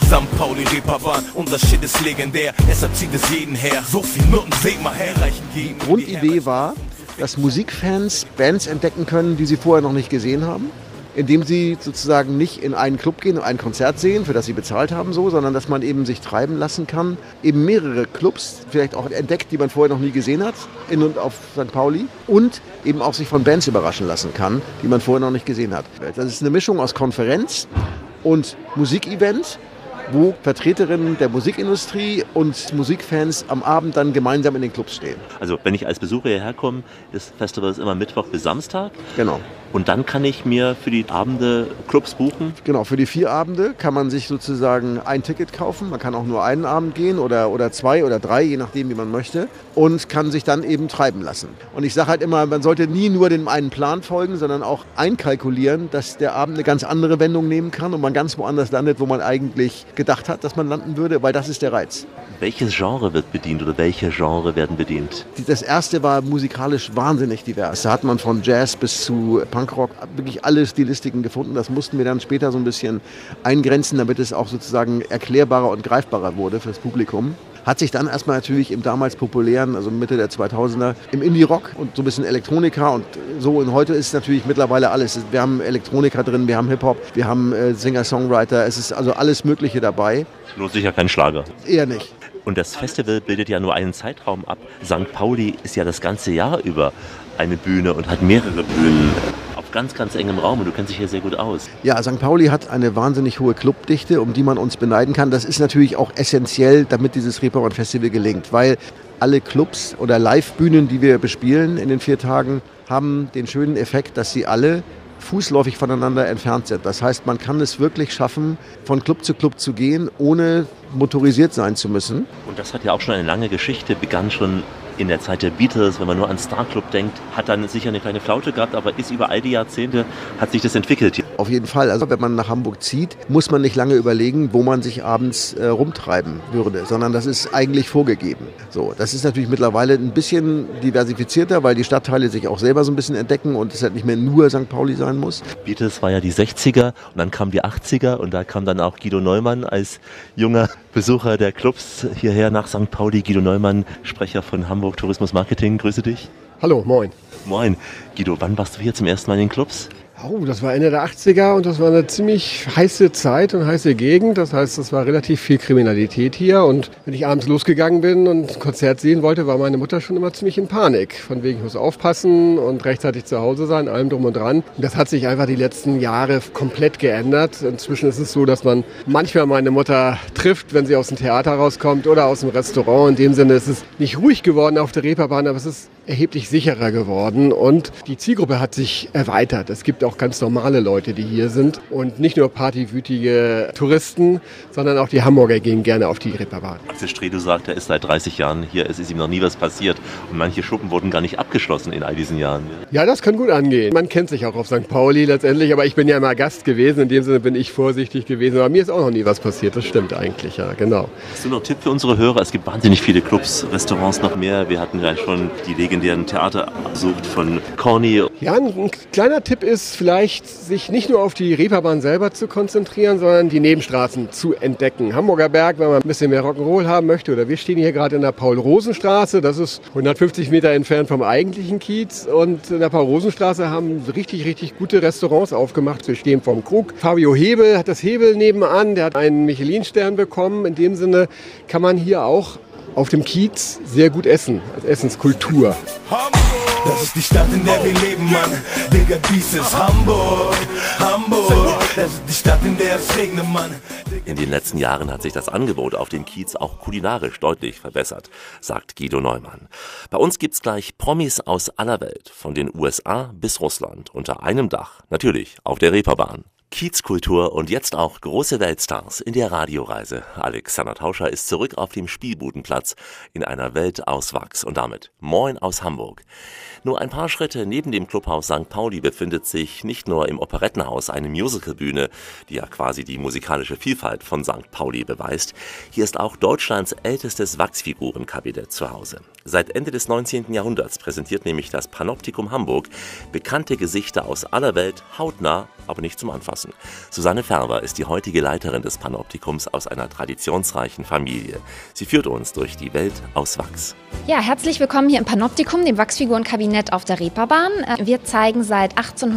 St. Pauli Reeperbahn, unser Shit ist legendär, deshalb zieht es jeden her. So viel Noten, seht mal her, reichen gegen. Die Grundidee war, dass Musikfans Bands entdecken können, die sie vorher noch nicht gesehen haben, indem sie sozusagen nicht in einen Club gehen und ein Konzert sehen, für das sie bezahlt haben, sondern dass man eben sich treiben lassen kann, eben mehrere Clubs vielleicht auch entdeckt, die man vorher noch nie gesehen hat, in und auf St. Pauli, und eben auch sich von Bands überraschen lassen kann, die man vorher noch nicht gesehen hat. Das ist eine Mischung aus Konferenz und Musikevent, wo Vertreterinnen der Musikindustrie und Musikfans am Abend dann gemeinsam in den Clubs stehen. Also wenn ich als Besucher hierher komme, das Festival ist immer Mittwoch bis Samstag. Genau. Und dann kann ich mir für die Abende Clubs buchen? Genau, für die 4 Abende kann man sich sozusagen ein Ticket kaufen. Man kann auch nur einen Abend gehen oder 2 oder 3, je nachdem, wie man möchte. Und kann sich dann eben treiben lassen. Und ich sage halt immer, man sollte nie nur dem einen Plan folgen, sondern auch einkalkulieren, dass der Abend eine ganz andere Wendung nehmen kann und man ganz woanders landet, wo man eigentlich gedacht hat, dass man landen würde, weil das ist der Reiz. Welches Genre wird bedient oder welche Genre werden bedient? Das erste war musikalisch wahnsinnig divers. Da hat man von Jazz bis zu Punkrock wirklich alle Stilistiken gefunden. Das mussten wir dann später so ein bisschen eingrenzen, damit es auch sozusagen erklärbarer und greifbarer wurde fürs Publikum. Hat sich dann erstmal natürlich im damals populären, also Mitte der 2000er, im Indie-Rock und so ein bisschen Elektronika und so. Und heute ist natürlich mittlerweile alles. Wir haben Elektronika drin, wir haben Hip-Hop, wir haben Singer-Songwriter. Es ist also alles Mögliche dabei. Lohnt sich ja kein Schlager. Eher nicht. Und das Festival bildet ja nur einen Zeitraum ab. St. Pauli ist ja das ganze Jahr über eine Bühne und hat mehrere Bühnen auf ganz, ganz engem Raum. Und du kennst dich hier sehr gut aus. Ja, St. Pauli hat eine wahnsinnig hohe Clubdichte, um die man uns beneiden kann. Das ist natürlich auch essentiell, damit dieses Reeperbahn-Festival gelingt, weil alle Clubs oder Live-Bühnen, die wir bespielen in den 4 Tagen, haben den schönen Effekt, dass sie alle fußläufig voneinander entfernt sind. Das heißt, man kann es wirklich schaffen, von Club zu gehen, ohne motorisiert sein zu müssen. Und das hat ja auch schon eine lange Geschichte, begann schon in der Zeit der Beatles, wenn man nur an Star Club denkt, hat dann sicher eine kleine Flaute gehabt, aber ist über all die Jahrzehnte, hat sich das entwickelt hier. Auf jeden Fall. Also wenn man nach Hamburg zieht, muss man nicht lange überlegen, wo man sich abends rumtreiben würde, sondern das ist eigentlich vorgegeben. So, das ist natürlich mittlerweile ein bisschen diversifizierter, weil die Stadtteile sich auch selber so ein bisschen entdecken und es halt nicht mehr nur St. Pauli sein muss. Beatles war ja die 60er und dann kamen die 80er und da kam dann auch Guido Neumann als junger Besucher der Clubs hierher nach St. Pauli. Guido Neumann, Sprecher von Hamburg Tourismus Marketing, grüße dich. Hallo, moin. Moin. Guido, wann warst du hier zum ersten Mal in den Clubs? Oh, das war Ende der 80er und das war eine ziemlich heiße Zeit und heiße Gegend. Das heißt, es war relativ viel Kriminalität hier. Und wenn ich abends losgegangen bin und ein Konzert sehen wollte, war meine Mutter schon immer ziemlich in Panik. Von wegen, ich muss aufpassen und rechtzeitig zu Hause sein, allem drum und dran. Und das hat sich einfach die letzten Jahre komplett geändert. Inzwischen ist es so, dass man manchmal meine Mutter trifft, wenn sie aus dem Theater rauskommt oder aus dem Restaurant. In dem Sinne ist es nicht ruhig geworden auf der Reeperbahn, aber es ist erheblich sicherer geworden und die Zielgruppe hat sich erweitert. Es gibt auch ganz normale Leute, die hier sind und nicht nur partywütige Touristen, sondern auch die Hamburger gehen gerne auf die Reeperbahn. Axel Stredow sagt, er ist seit 30 Jahren hier, es ist ihm noch nie was passiert und manche Schuppen wurden gar nicht abgeschlossen in all diesen Jahren. Ja, das kann gut angehen. Man kennt sich auch auf St. Pauli letztendlich, aber ich bin ja immer Gast gewesen, in dem Sinne bin ich vorsichtig gewesen, aber mir ist auch noch nie was passiert, das stimmt eigentlich, ja, genau. Hast du noch einen Tipp für unsere Hörer? Es gibt wahnsinnig viele Clubs, Restaurants noch mehr, wir hatten ja schon die legendären Theater besucht von Corny. Ja, ein kleiner Tipp ist vielleicht, sich nicht nur auf die Reeperbahn selber zu konzentrieren, sondern die Nebenstraßen zu entdecken. Hamburger Berg, wenn man ein bisschen mehr Rock'n'Roll haben möchte, oder wir stehen hier gerade in der Paul-Rosen-Straße, das ist 150 Meter entfernt vom eigentlichen Kiez und in der Paul-Rosen-Straße haben richtig, richtig gute Restaurants aufgemacht. Wir stehen vom Krug. Fabio Hebel hat das Hebel nebenan, der hat einen Michelin-Stern bekommen. In dem Sinne kann man hier auch auf dem Kiez sehr gut essen, als Essenskultur. Das ist die Stadt, in der wir leben, Mann. Digga, dies ist Hamburg, Hamburg. Das ist die Stadt, in der es regnet, Mann. In den letzten Jahren hat sich das Angebot auf dem Kiez auch kulinarisch deutlich verbessert, sagt Guido Neumann. Bei uns gibt's gleich Promis aus aller Welt, von den USA bis Russland, unter einem Dach, natürlich auf der Reeperbahn. Kiezkultur und jetzt auch große Weltstars in der Radioreise. Alexander Tauscher ist zurück auf dem Spielbudenplatz in einer Welt aus Wachs und damit Moin aus Hamburg. Nur ein paar Schritte neben dem Clubhaus St. Pauli befindet sich nicht nur im Operettenhaus eine Musicalbühne, die ja quasi die musikalische Vielfalt von St. Pauli beweist. Hier ist auch Deutschlands ältestes Wachsfigurenkabinett zu Hause. Seit Ende des 19. Jahrhunderts präsentiert nämlich das Panoptikum Hamburg bekannte Gesichter aus aller Welt hautnah aber nicht zum Anfassen. Susanne Färber ist die heutige Leiterin des Panoptikums aus einer traditionsreichen Familie. Sie führt uns durch die Welt aus Wachs. Ja, herzlich willkommen hier im Panoptikum, dem Wachsfigurenkabinett auf der Reeperbahn. Wir zeigen seit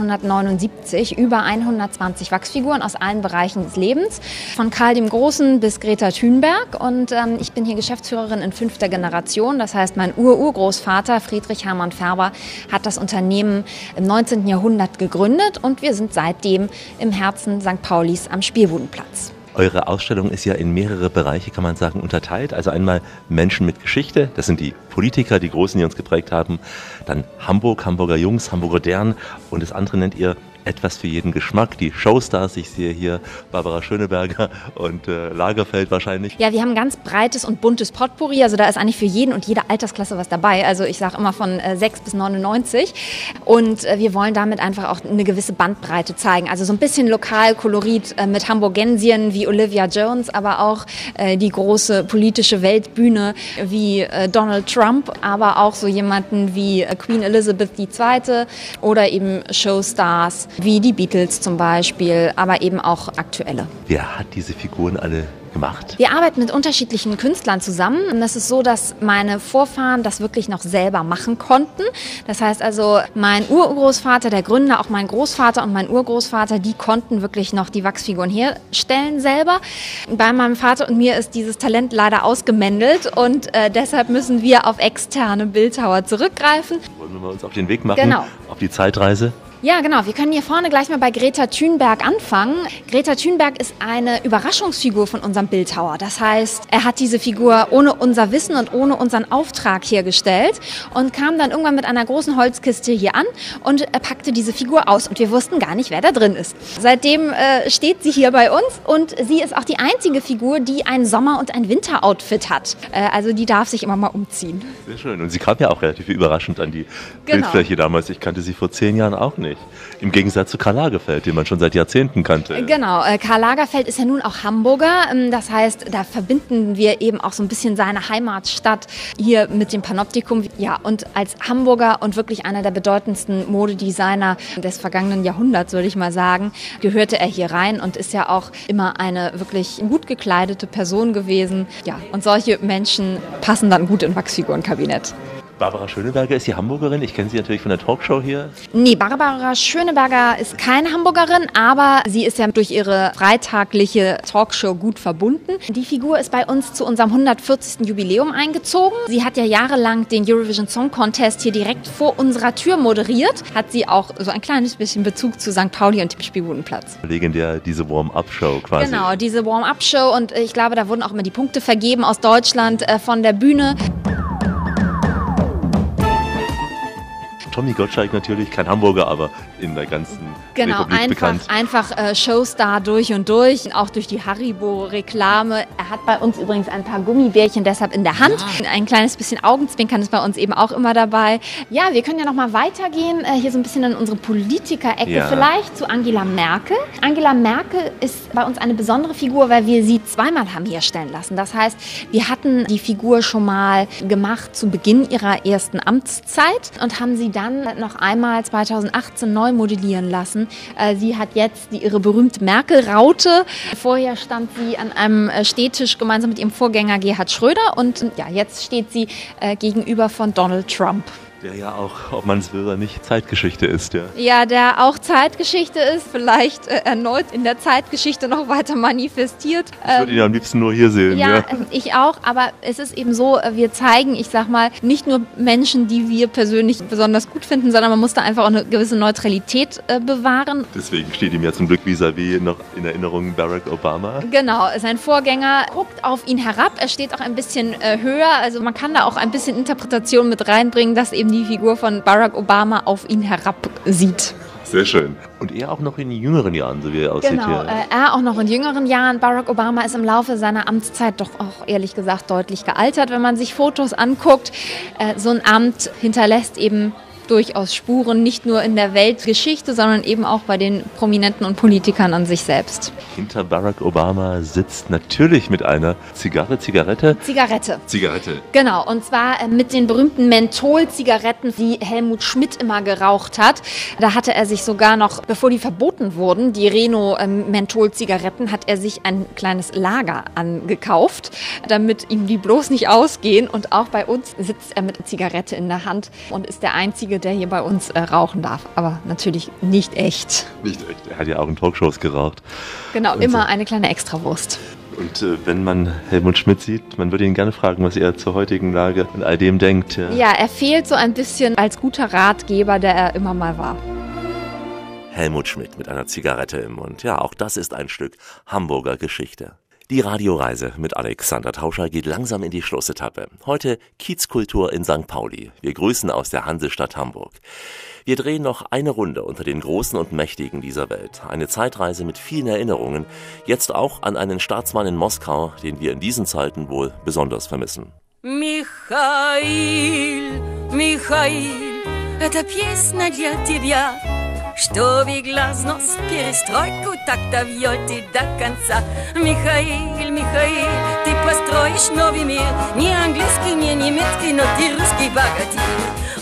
1879 über 120 Wachsfiguren aus allen Bereichen des Lebens, von Karl dem Großen bis Greta Thunberg. Und ich bin hier Geschäftsführerin in 5. Generation. Das heißt, mein Urgroßvater Friedrich Hermann Färber hat das Unternehmen im 19. Jahrhundert gegründet und wir sind seitdem im Herzen St. Paulis am Spielbudenplatz. Eure Ausstellung ist ja in mehrere Bereiche, kann man sagen, unterteilt. Also einmal Menschen mit Geschichte, das sind die Politiker, die Großen, die uns geprägt haben. Dann Hamburg, Hamburger Jungs, Hamburger Dern und das andere nennt ihr etwas für jeden Geschmack. Die Showstars, ich sehe hier Barbara Schöneberger und Lagerfeld wahrscheinlich. Ja, wir haben ein ganz breites und buntes Potpourri. Also da ist eigentlich für jeden und jede Altersklasse was dabei. Also ich sage immer von 6 bis 99. Und wir wollen damit einfach auch eine gewisse Bandbreite zeigen. Also so ein bisschen Lokalkolorit mit Hamburgensien wie Olivia Jones, aber auch die große politische Weltbühne wie Donald Trump, aber auch so jemanden wie Queen Elizabeth II. Oder eben Showstars wie die Beatles zum Beispiel, aber eben auch aktuelle. Wer hat diese Figuren alle gemacht? Wir arbeiten mit unterschiedlichen Künstlern zusammen. Und das ist so, dass meine Vorfahren das wirklich noch selber machen konnten. Das heißt also, mein Urgroßvater, der Gründer, auch mein Großvater und mein Urgroßvater, die konnten wirklich noch die Wachsfiguren herstellen selber. Bei meinem Vater und mir ist dieses Talent leider ausgemändelt und deshalb müssen wir auf externe Bildhauer zurückgreifen. Wollen wir mal uns auf den Weg machen? Genau. Auf die Zeitreise? Ja, genau. Wir können hier vorne gleich mal bei Greta Thunberg anfangen. Greta Thunberg ist eine Überraschungsfigur von unserem Bildhauer. Das heißt, er hat diese Figur ohne unser Wissen und ohne unseren Auftrag hergestellt und kam dann irgendwann mit einer großen Holzkiste hier an und packte diese Figur aus. Und wir wussten gar nicht, wer da drin ist. Seitdem steht sie hier bei uns und sie ist auch die einzige Figur, die ein Sommer- und ein Winteroutfit hat. Also die darf sich immer mal umziehen. Sehr schön. Und sie kam ja auch relativ überraschend an die Bildfläche damals. Ich kannte sie vor 10 Jahren auch nicht. Im Gegensatz zu Karl Lagerfeld, den man schon seit Jahrzehnten kannte. Genau, Karl Lagerfeld ist ja nun auch Hamburger. Das heißt, da verbinden wir eben auch so ein bisschen seine Heimatstadt hier mit dem Panoptikum. Ja, und als Hamburger und wirklich einer der bedeutendsten Modedesigner des vergangenen Jahrhunderts, würde ich mal sagen, gehörte er hier rein und ist ja auch immer eine wirklich gut gekleidete Person gewesen. Ja, und solche Menschen passen dann gut in Wachsfigurenkabinett. Barbara Schöneberger ist die Hamburgerin. Ich kenne sie natürlich von der Talkshow hier. Nee, Barbara Schöneberger ist keine Hamburgerin, aber sie ist ja durch ihre freitagliche Talkshow gut verbunden. Die Figur ist bei uns zu unserem 140. Jubiläum eingezogen. Sie hat ja jahrelang den Eurovision Song Contest hier direkt vor unserer Tür moderiert. Hat sie auch so ein kleines bisschen Bezug zu St. Pauli und dem Spielbudenplatz. Legendär, diese Warm-Up-Show quasi. Genau, diese Warm-Up-Show und ich glaube, da wurden auch immer die Punkte vergeben aus Deutschland von der Bühne. Tommy Gottschalk natürlich, kein Hamburger, aber in der ganzen Republik bekannt. Einfach Showstar durch und durch, auch durch die Haribo-Reklame. Er hat bei uns übrigens ein paar Gummibärchen deshalb in der Hand. Ja. Ein kleines bisschen Augenzwinkern ist bei uns eben auch immer dabei. Ja, wir können ja noch mal weitergehen, hier so ein bisschen in unsere Politiker-Ecke vielleicht zu Angela Merkel. Angela Merkel ist bei uns eine besondere Figur, weil wir sie zweimal haben herstellen lassen. Das heißt, wir hatten die Figur schon mal gemacht zu Beginn ihrer ersten Amtszeit und haben sie dann noch einmal 2018 neu modellieren lassen. Sie hat jetzt ihre berühmte Merkel-Raute. Vorher stand sie an einem Stehtisch gemeinsam mit ihrem Vorgänger Gerhard Schröder und ja, jetzt steht sie gegenüber von Donald Trump. Der ja auch, ob man es will oder nicht, Zeitgeschichte ist, ja. Ja, der auch Zeitgeschichte ist, vielleicht erneut in der Zeitgeschichte noch weiter manifestiert. Ich würde ihn am liebsten nur hier sehen. Ja, ich auch, aber es ist eben so, wir zeigen, ich sag mal, nicht nur Menschen, die wir persönlich besonders gut finden, sondern man muss da einfach auch eine gewisse Neutralität bewahren. Deswegen steht ihm ja zum Glück vis-à-vis noch in Erinnerung Barack Obama. Genau, sein Vorgänger guckt auf ihn herab, er steht auch ein bisschen höher, also man kann da auch ein bisschen Interpretation mit reinbringen, dass eben die Figur von Barack Obama auf ihn herab sieht. Sehr schön. Und er auch noch in jüngeren Jahren, so wie er aussieht. Genau, er auch noch in jüngeren Jahren. Barack Obama ist im Laufe seiner Amtszeit doch auch ehrlich gesagt deutlich gealtert, wenn man sich Fotos anguckt. So ein Amt hinterlässt eben durchaus Spuren, nicht nur in der Weltgeschichte, sondern eben auch bei den Prominenten und Politikern an sich selbst. Hinter Barack Obama sitzt natürlich mit einer Zigarette. Genau, und zwar mit den berühmten Menthol-Zigaretten, die Helmut Schmidt immer geraucht hat. Da hatte er sich sogar noch, bevor die verboten wurden, die Reno-Menthol-Zigaretten, hat er sich ein kleines Lager angekauft, damit ihm die bloß nicht ausgehen. Und auch bei uns sitzt er mit einer Zigarette in der Hand und ist der Einzige, der hier bei uns rauchen darf. Aber natürlich nicht echt. Nicht echt, er hat ja auch in Talkshows geraucht. Genau, immer eine kleine Extrawurst. Und wenn man Helmut Schmidt sieht, man würde ihn gerne fragen, was er zur heutigen Lage und all dem denkt. Ja, er fehlt so ein bisschen als guter Ratgeber, der er immer mal war. Helmut Schmidt mit einer Zigarette im Mund. Ja, auch das ist ein Stück Hamburger Geschichte. Die Radioreise mit Alexander Tauscher geht langsam in die Schlussetappe. Heute Kiezkultur in St. Pauli. Wir grüßen aus der Hansestadt Hamburg. Wir drehen noch eine Runde unter den Großen und Mächtigen dieser Welt. Eine Zeitreise mit vielen Erinnerungen. Jetzt auch an einen Staatsmann in Moskau, den wir in diesen Zeiten wohl besonders vermissen. Michail, это песня для тебя, что в глазность перестройку так довьет и до конца. Михаил, ты построишь новый мир, не английский, не немецкий, но ты русский богатырь.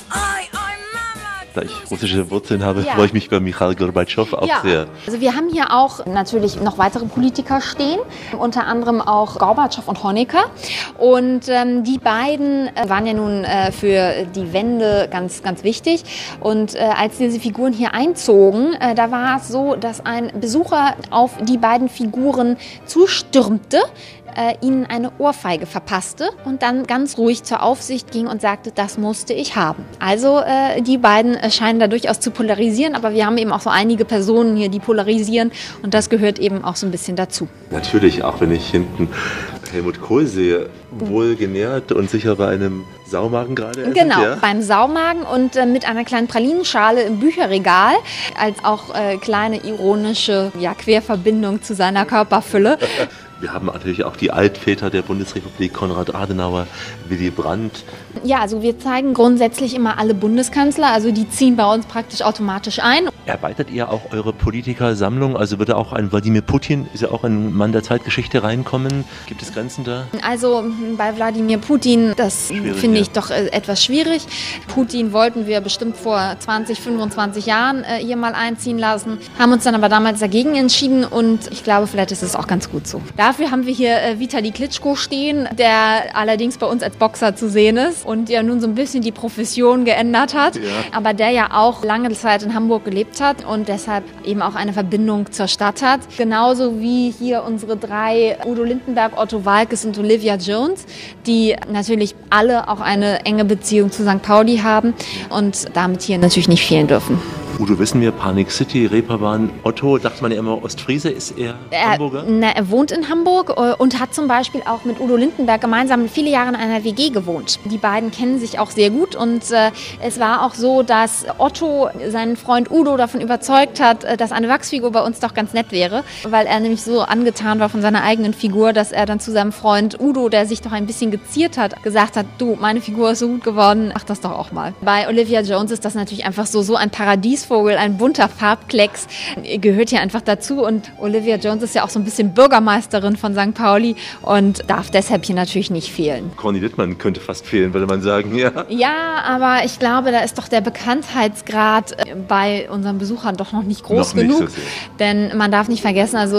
Da ich russische Wurzeln habe, freue ich mich bei Michail Gorbatschow auch sehr. Also wir haben hier auch natürlich noch weitere Politiker stehen, unter anderem auch Gorbatschow und Honecker. Und die beiden waren ja nun für die Wende ganz, ganz wichtig. Und als diese Figuren hier einzogen, da war es so, dass ein Besucher auf die beiden Figuren zustürmte, ihnen eine Ohrfeige verpasste und dann ganz ruhig zur Aufsicht ging und sagte, das musste ich haben. Also die beiden scheinen da durchaus zu polarisieren, aber wir haben eben auch so einige Personen hier, die polarisieren und das gehört eben auch so ein bisschen dazu. Natürlich, auch wenn ich hinten Helmut Kohl sehe, wohl genährt und sicher bei einem Saumagen gerade essen. Genau, ja? Beim Saumagen und mit einer kleinen Pralinenschale im Bücherregal, als auch kleine ironische Querverbindung zu seiner Körperfülle. Wir haben natürlich auch die Altväter der Bundesrepublik, Konrad Adenauer, Willy Brandt. Ja, also wir zeigen grundsätzlich immer alle Bundeskanzler, also die ziehen bei uns praktisch automatisch ein. Erweitert ihr auch eure Politikersammlung? Also würde auch ein Wladimir Putin, ist ja auch ein Mann der Zeitgeschichte, reinkommen? Gibt es Grenzen da? Also bei Wladimir Putin, das finde ich doch etwas schwierig. Putin wollten wir bestimmt vor 20, 25 Jahren hier mal einziehen lassen, haben uns dann aber damals dagegen entschieden und ich glaube, vielleicht ist es auch ganz gut so. Dafür haben wir hier Vitali Klitschko stehen, der allerdings bei uns als Boxer zu sehen ist und ja nun so ein bisschen die Profession geändert hat, aber der ja auch lange Zeit in Hamburg gelebt hat und deshalb eben auch eine Verbindung zur Stadt hat. Genauso wie hier unsere drei, Udo Lindenberg, Otto Waalkes und Olivia Jones, die natürlich alle auch eine enge Beziehung zu St. Pauli haben und damit hier natürlich nicht fehlen dürfen. Udo wissen wir, Panik City, Reeperbahn, Otto, dachte man ja immer, Ostfriese, ist er Hamburger? Er wohnt in Hamburg und hat zum Beispiel auch mit Udo Lindenberg gemeinsam viele Jahre in einer WG gewohnt. Die beiden kennen sich auch sehr gut und es war auch so, dass Otto seinen Freund Udo davon überzeugt hat, dass eine Wachsfigur bei uns doch ganz nett wäre, weil er nämlich so angetan war von seiner eigenen Figur, dass er dann zu seinem Freund Udo, der sich doch ein bisschen geziert hat, gesagt hat, du, meine Figur ist so gut geworden, mach das doch auch mal. Bei Olivia Jones ist das natürlich einfach so ein Paradiesvogel, ein bunter Farbklecks, gehört hier einfach dazu und Olivia Jones ist ja auch so ein bisschen Bürgermeisterin von St. Pauli und darf deshalb hier natürlich nicht fehlen. Conny Littmann könnte fast fehlen, würde man sagen, ja. Ja, aber ich glaube, da ist doch der Bekanntheitsgrad bei unseren Besuchern doch noch nicht groß genug. So denn man darf nicht vergessen, also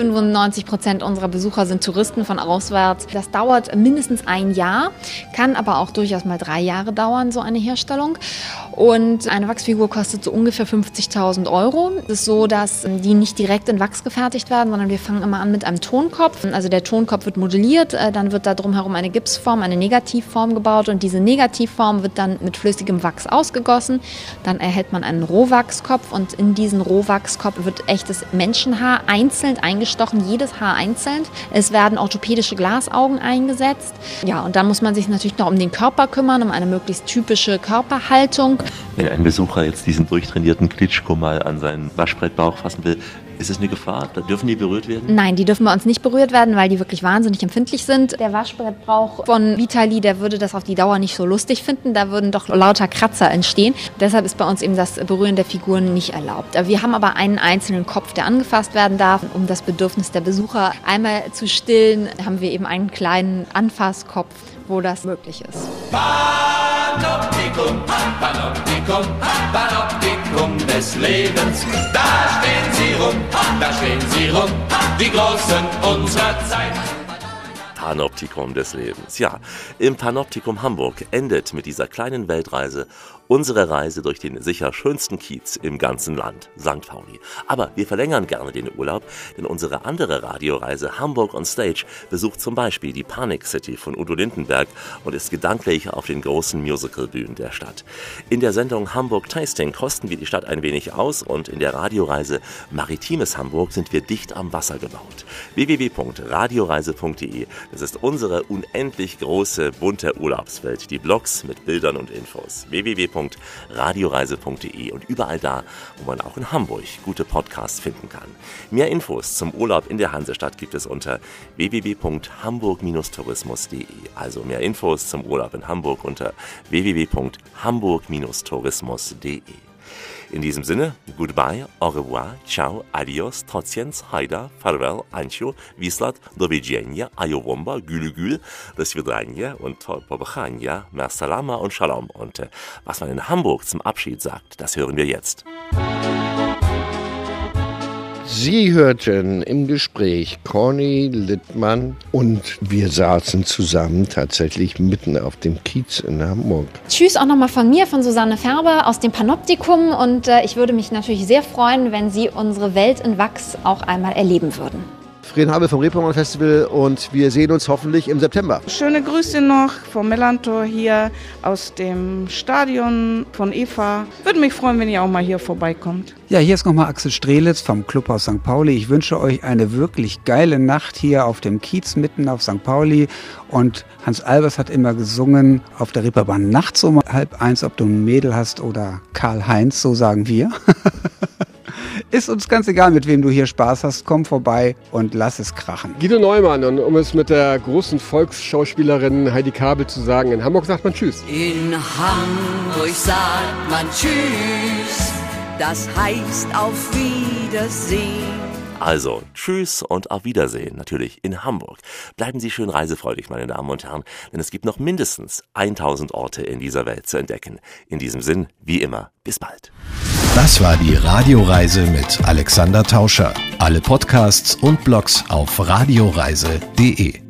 95% unserer Besucher sind Touristen von auswärts. Das dauert mindestens ein Jahr, kann aber auch durchaus mal 3 Jahre dauern, so eine Herstellung. Und eine Wachsfigur kostet so ungefähr 50.000 €. Es ist so, dass die nicht direkt in Wachs gefertigt werden, sondern wir fangen immer an mit einem Tonkopf. Also der Tonkopf wird modelliert, dann wird da drumherum eine Gipsform, eine Negativform gebaut und diese Negativform wird dann mit flüssigem Wachs ausgegossen. Dann erhält man einen Rohwachskopf und in diesen Rohwachskopf wird echtes Menschenhaar einzeln eingestochen, jedes Haar einzeln. Es werden orthopädische Glasaugen eingesetzt. Ja, und dann muss man sich natürlich noch um den Körper kümmern, um eine möglichst typische Körperhaltung. Wenn ein Besucher jetzt diesen durchtrainierten Klitschko mal an seinen Waschbrettbauch fassen will, Ist es eine Gefahr? Dürfen die berührt werden? Nein, die dürfen bei uns nicht berührt werden, weil die wirklich wahnsinnig empfindlich sind. Der Waschbrettbrauch von Vitali, der würde das auf die Dauer nicht so lustig finden. Da würden doch lauter Kratzer entstehen. Deshalb ist bei uns eben das Berühren der Figuren nicht erlaubt. Wir haben aber einen einzelnen Kopf, der angefasst werden darf. Um das Bedürfnis der Besucher einmal zu stillen, haben wir eben einen kleinen Anfasskopf, wo das möglich ist. Panoptikum, Panoptikum, Panoptikum des Lebens. Da stehen sie rum, die Großen unserer Zeit. Panoptikum des Lebens. Ja, im Panoptikum Hamburg endet mit dieser kleinen Weltreise unsere Reise durch den sicher schönsten Kiez im ganzen Land, St. Pauli. Aber wir verlängern gerne den Urlaub, denn unsere andere Radioreise Hamburg on Stage besucht zum Beispiel die Panic City von Udo Lindenberg und ist gedanklich auf den großen Musicalbühnen der Stadt. In der Sendung Hamburg Tasting kosten wir die Stadt ein wenig aus und in der Radioreise Maritimes Hamburg sind wir dicht am Wasser gebaut. www.radioreise.de, das ist unsere unendlich große, bunte Urlaubswelt. Die Blogs mit Bildern und Infos. www.radioreise.de und überall da, wo man auch in Hamburg gute Podcasts finden kann. Mehr Infos zum Urlaub in der Hansestadt gibt es unter www.hamburg-tourismus.de. Also mehr Infos zum Urlaub in Hamburg unter www.hamburg-tourismus.de. In diesem Sinne, goodbye, au revoir, ciao, adios, trociens, haida, farewell, ancio, wislat, do widzenia, ayowomba, gülü, do svidania und pobachania, mer salama und shalom. Und was man in Hamburg zum Abschied sagt, das hören wir jetzt. Sie hörten im Gespräch Conny Littmann und wir saßen zusammen tatsächlich mitten auf dem Kiez in Hamburg. Tschüss auch nochmal von mir, von Susanne Färber aus dem Panoptikum und ich würde mich natürlich sehr freuen, wenn Sie unsere Welt in Wachs auch einmal erleben würden. Frieden Habe vom Reeperbahn Festival und wir sehen uns hoffentlich im September. Schöne Grüße noch vom Millantor hier aus dem Stadion von Eva. Würde mich freuen, wenn ihr auch mal hier vorbeikommt. Ja, hier ist nochmal Axel Strelitz vom Clubhaus St. Pauli. Ich wünsche euch eine wirklich geile Nacht hier auf dem Kiez mitten auf St. Pauli. Und Hans Albers hat immer gesungen auf der Reeperbahn nachts um 12:30, ob du ein Mädel hast oder Karl-Heinz, so sagen wir. Ist uns ganz egal, mit wem du hier Spaß hast. Komm vorbei und lass es krachen. Guido Neumann, und um es mit der großen Volksschauspielerin Heidi Kabel zu sagen, in Hamburg sagt man Tschüss. In Hamburg sagt man Tschüss, das heißt auf Wiedersehen. Also, tschüss und auf Wiedersehen, natürlich in Hamburg. Bleiben Sie schön reisefreudig, meine Damen und Herren, denn es gibt noch mindestens 1000 Orte in dieser Welt zu entdecken. In diesem Sinn, wie immer, bis bald. Das war die Radioreise mit Alexander Tauscher. Alle Podcasts und Blogs auf radioreise.de.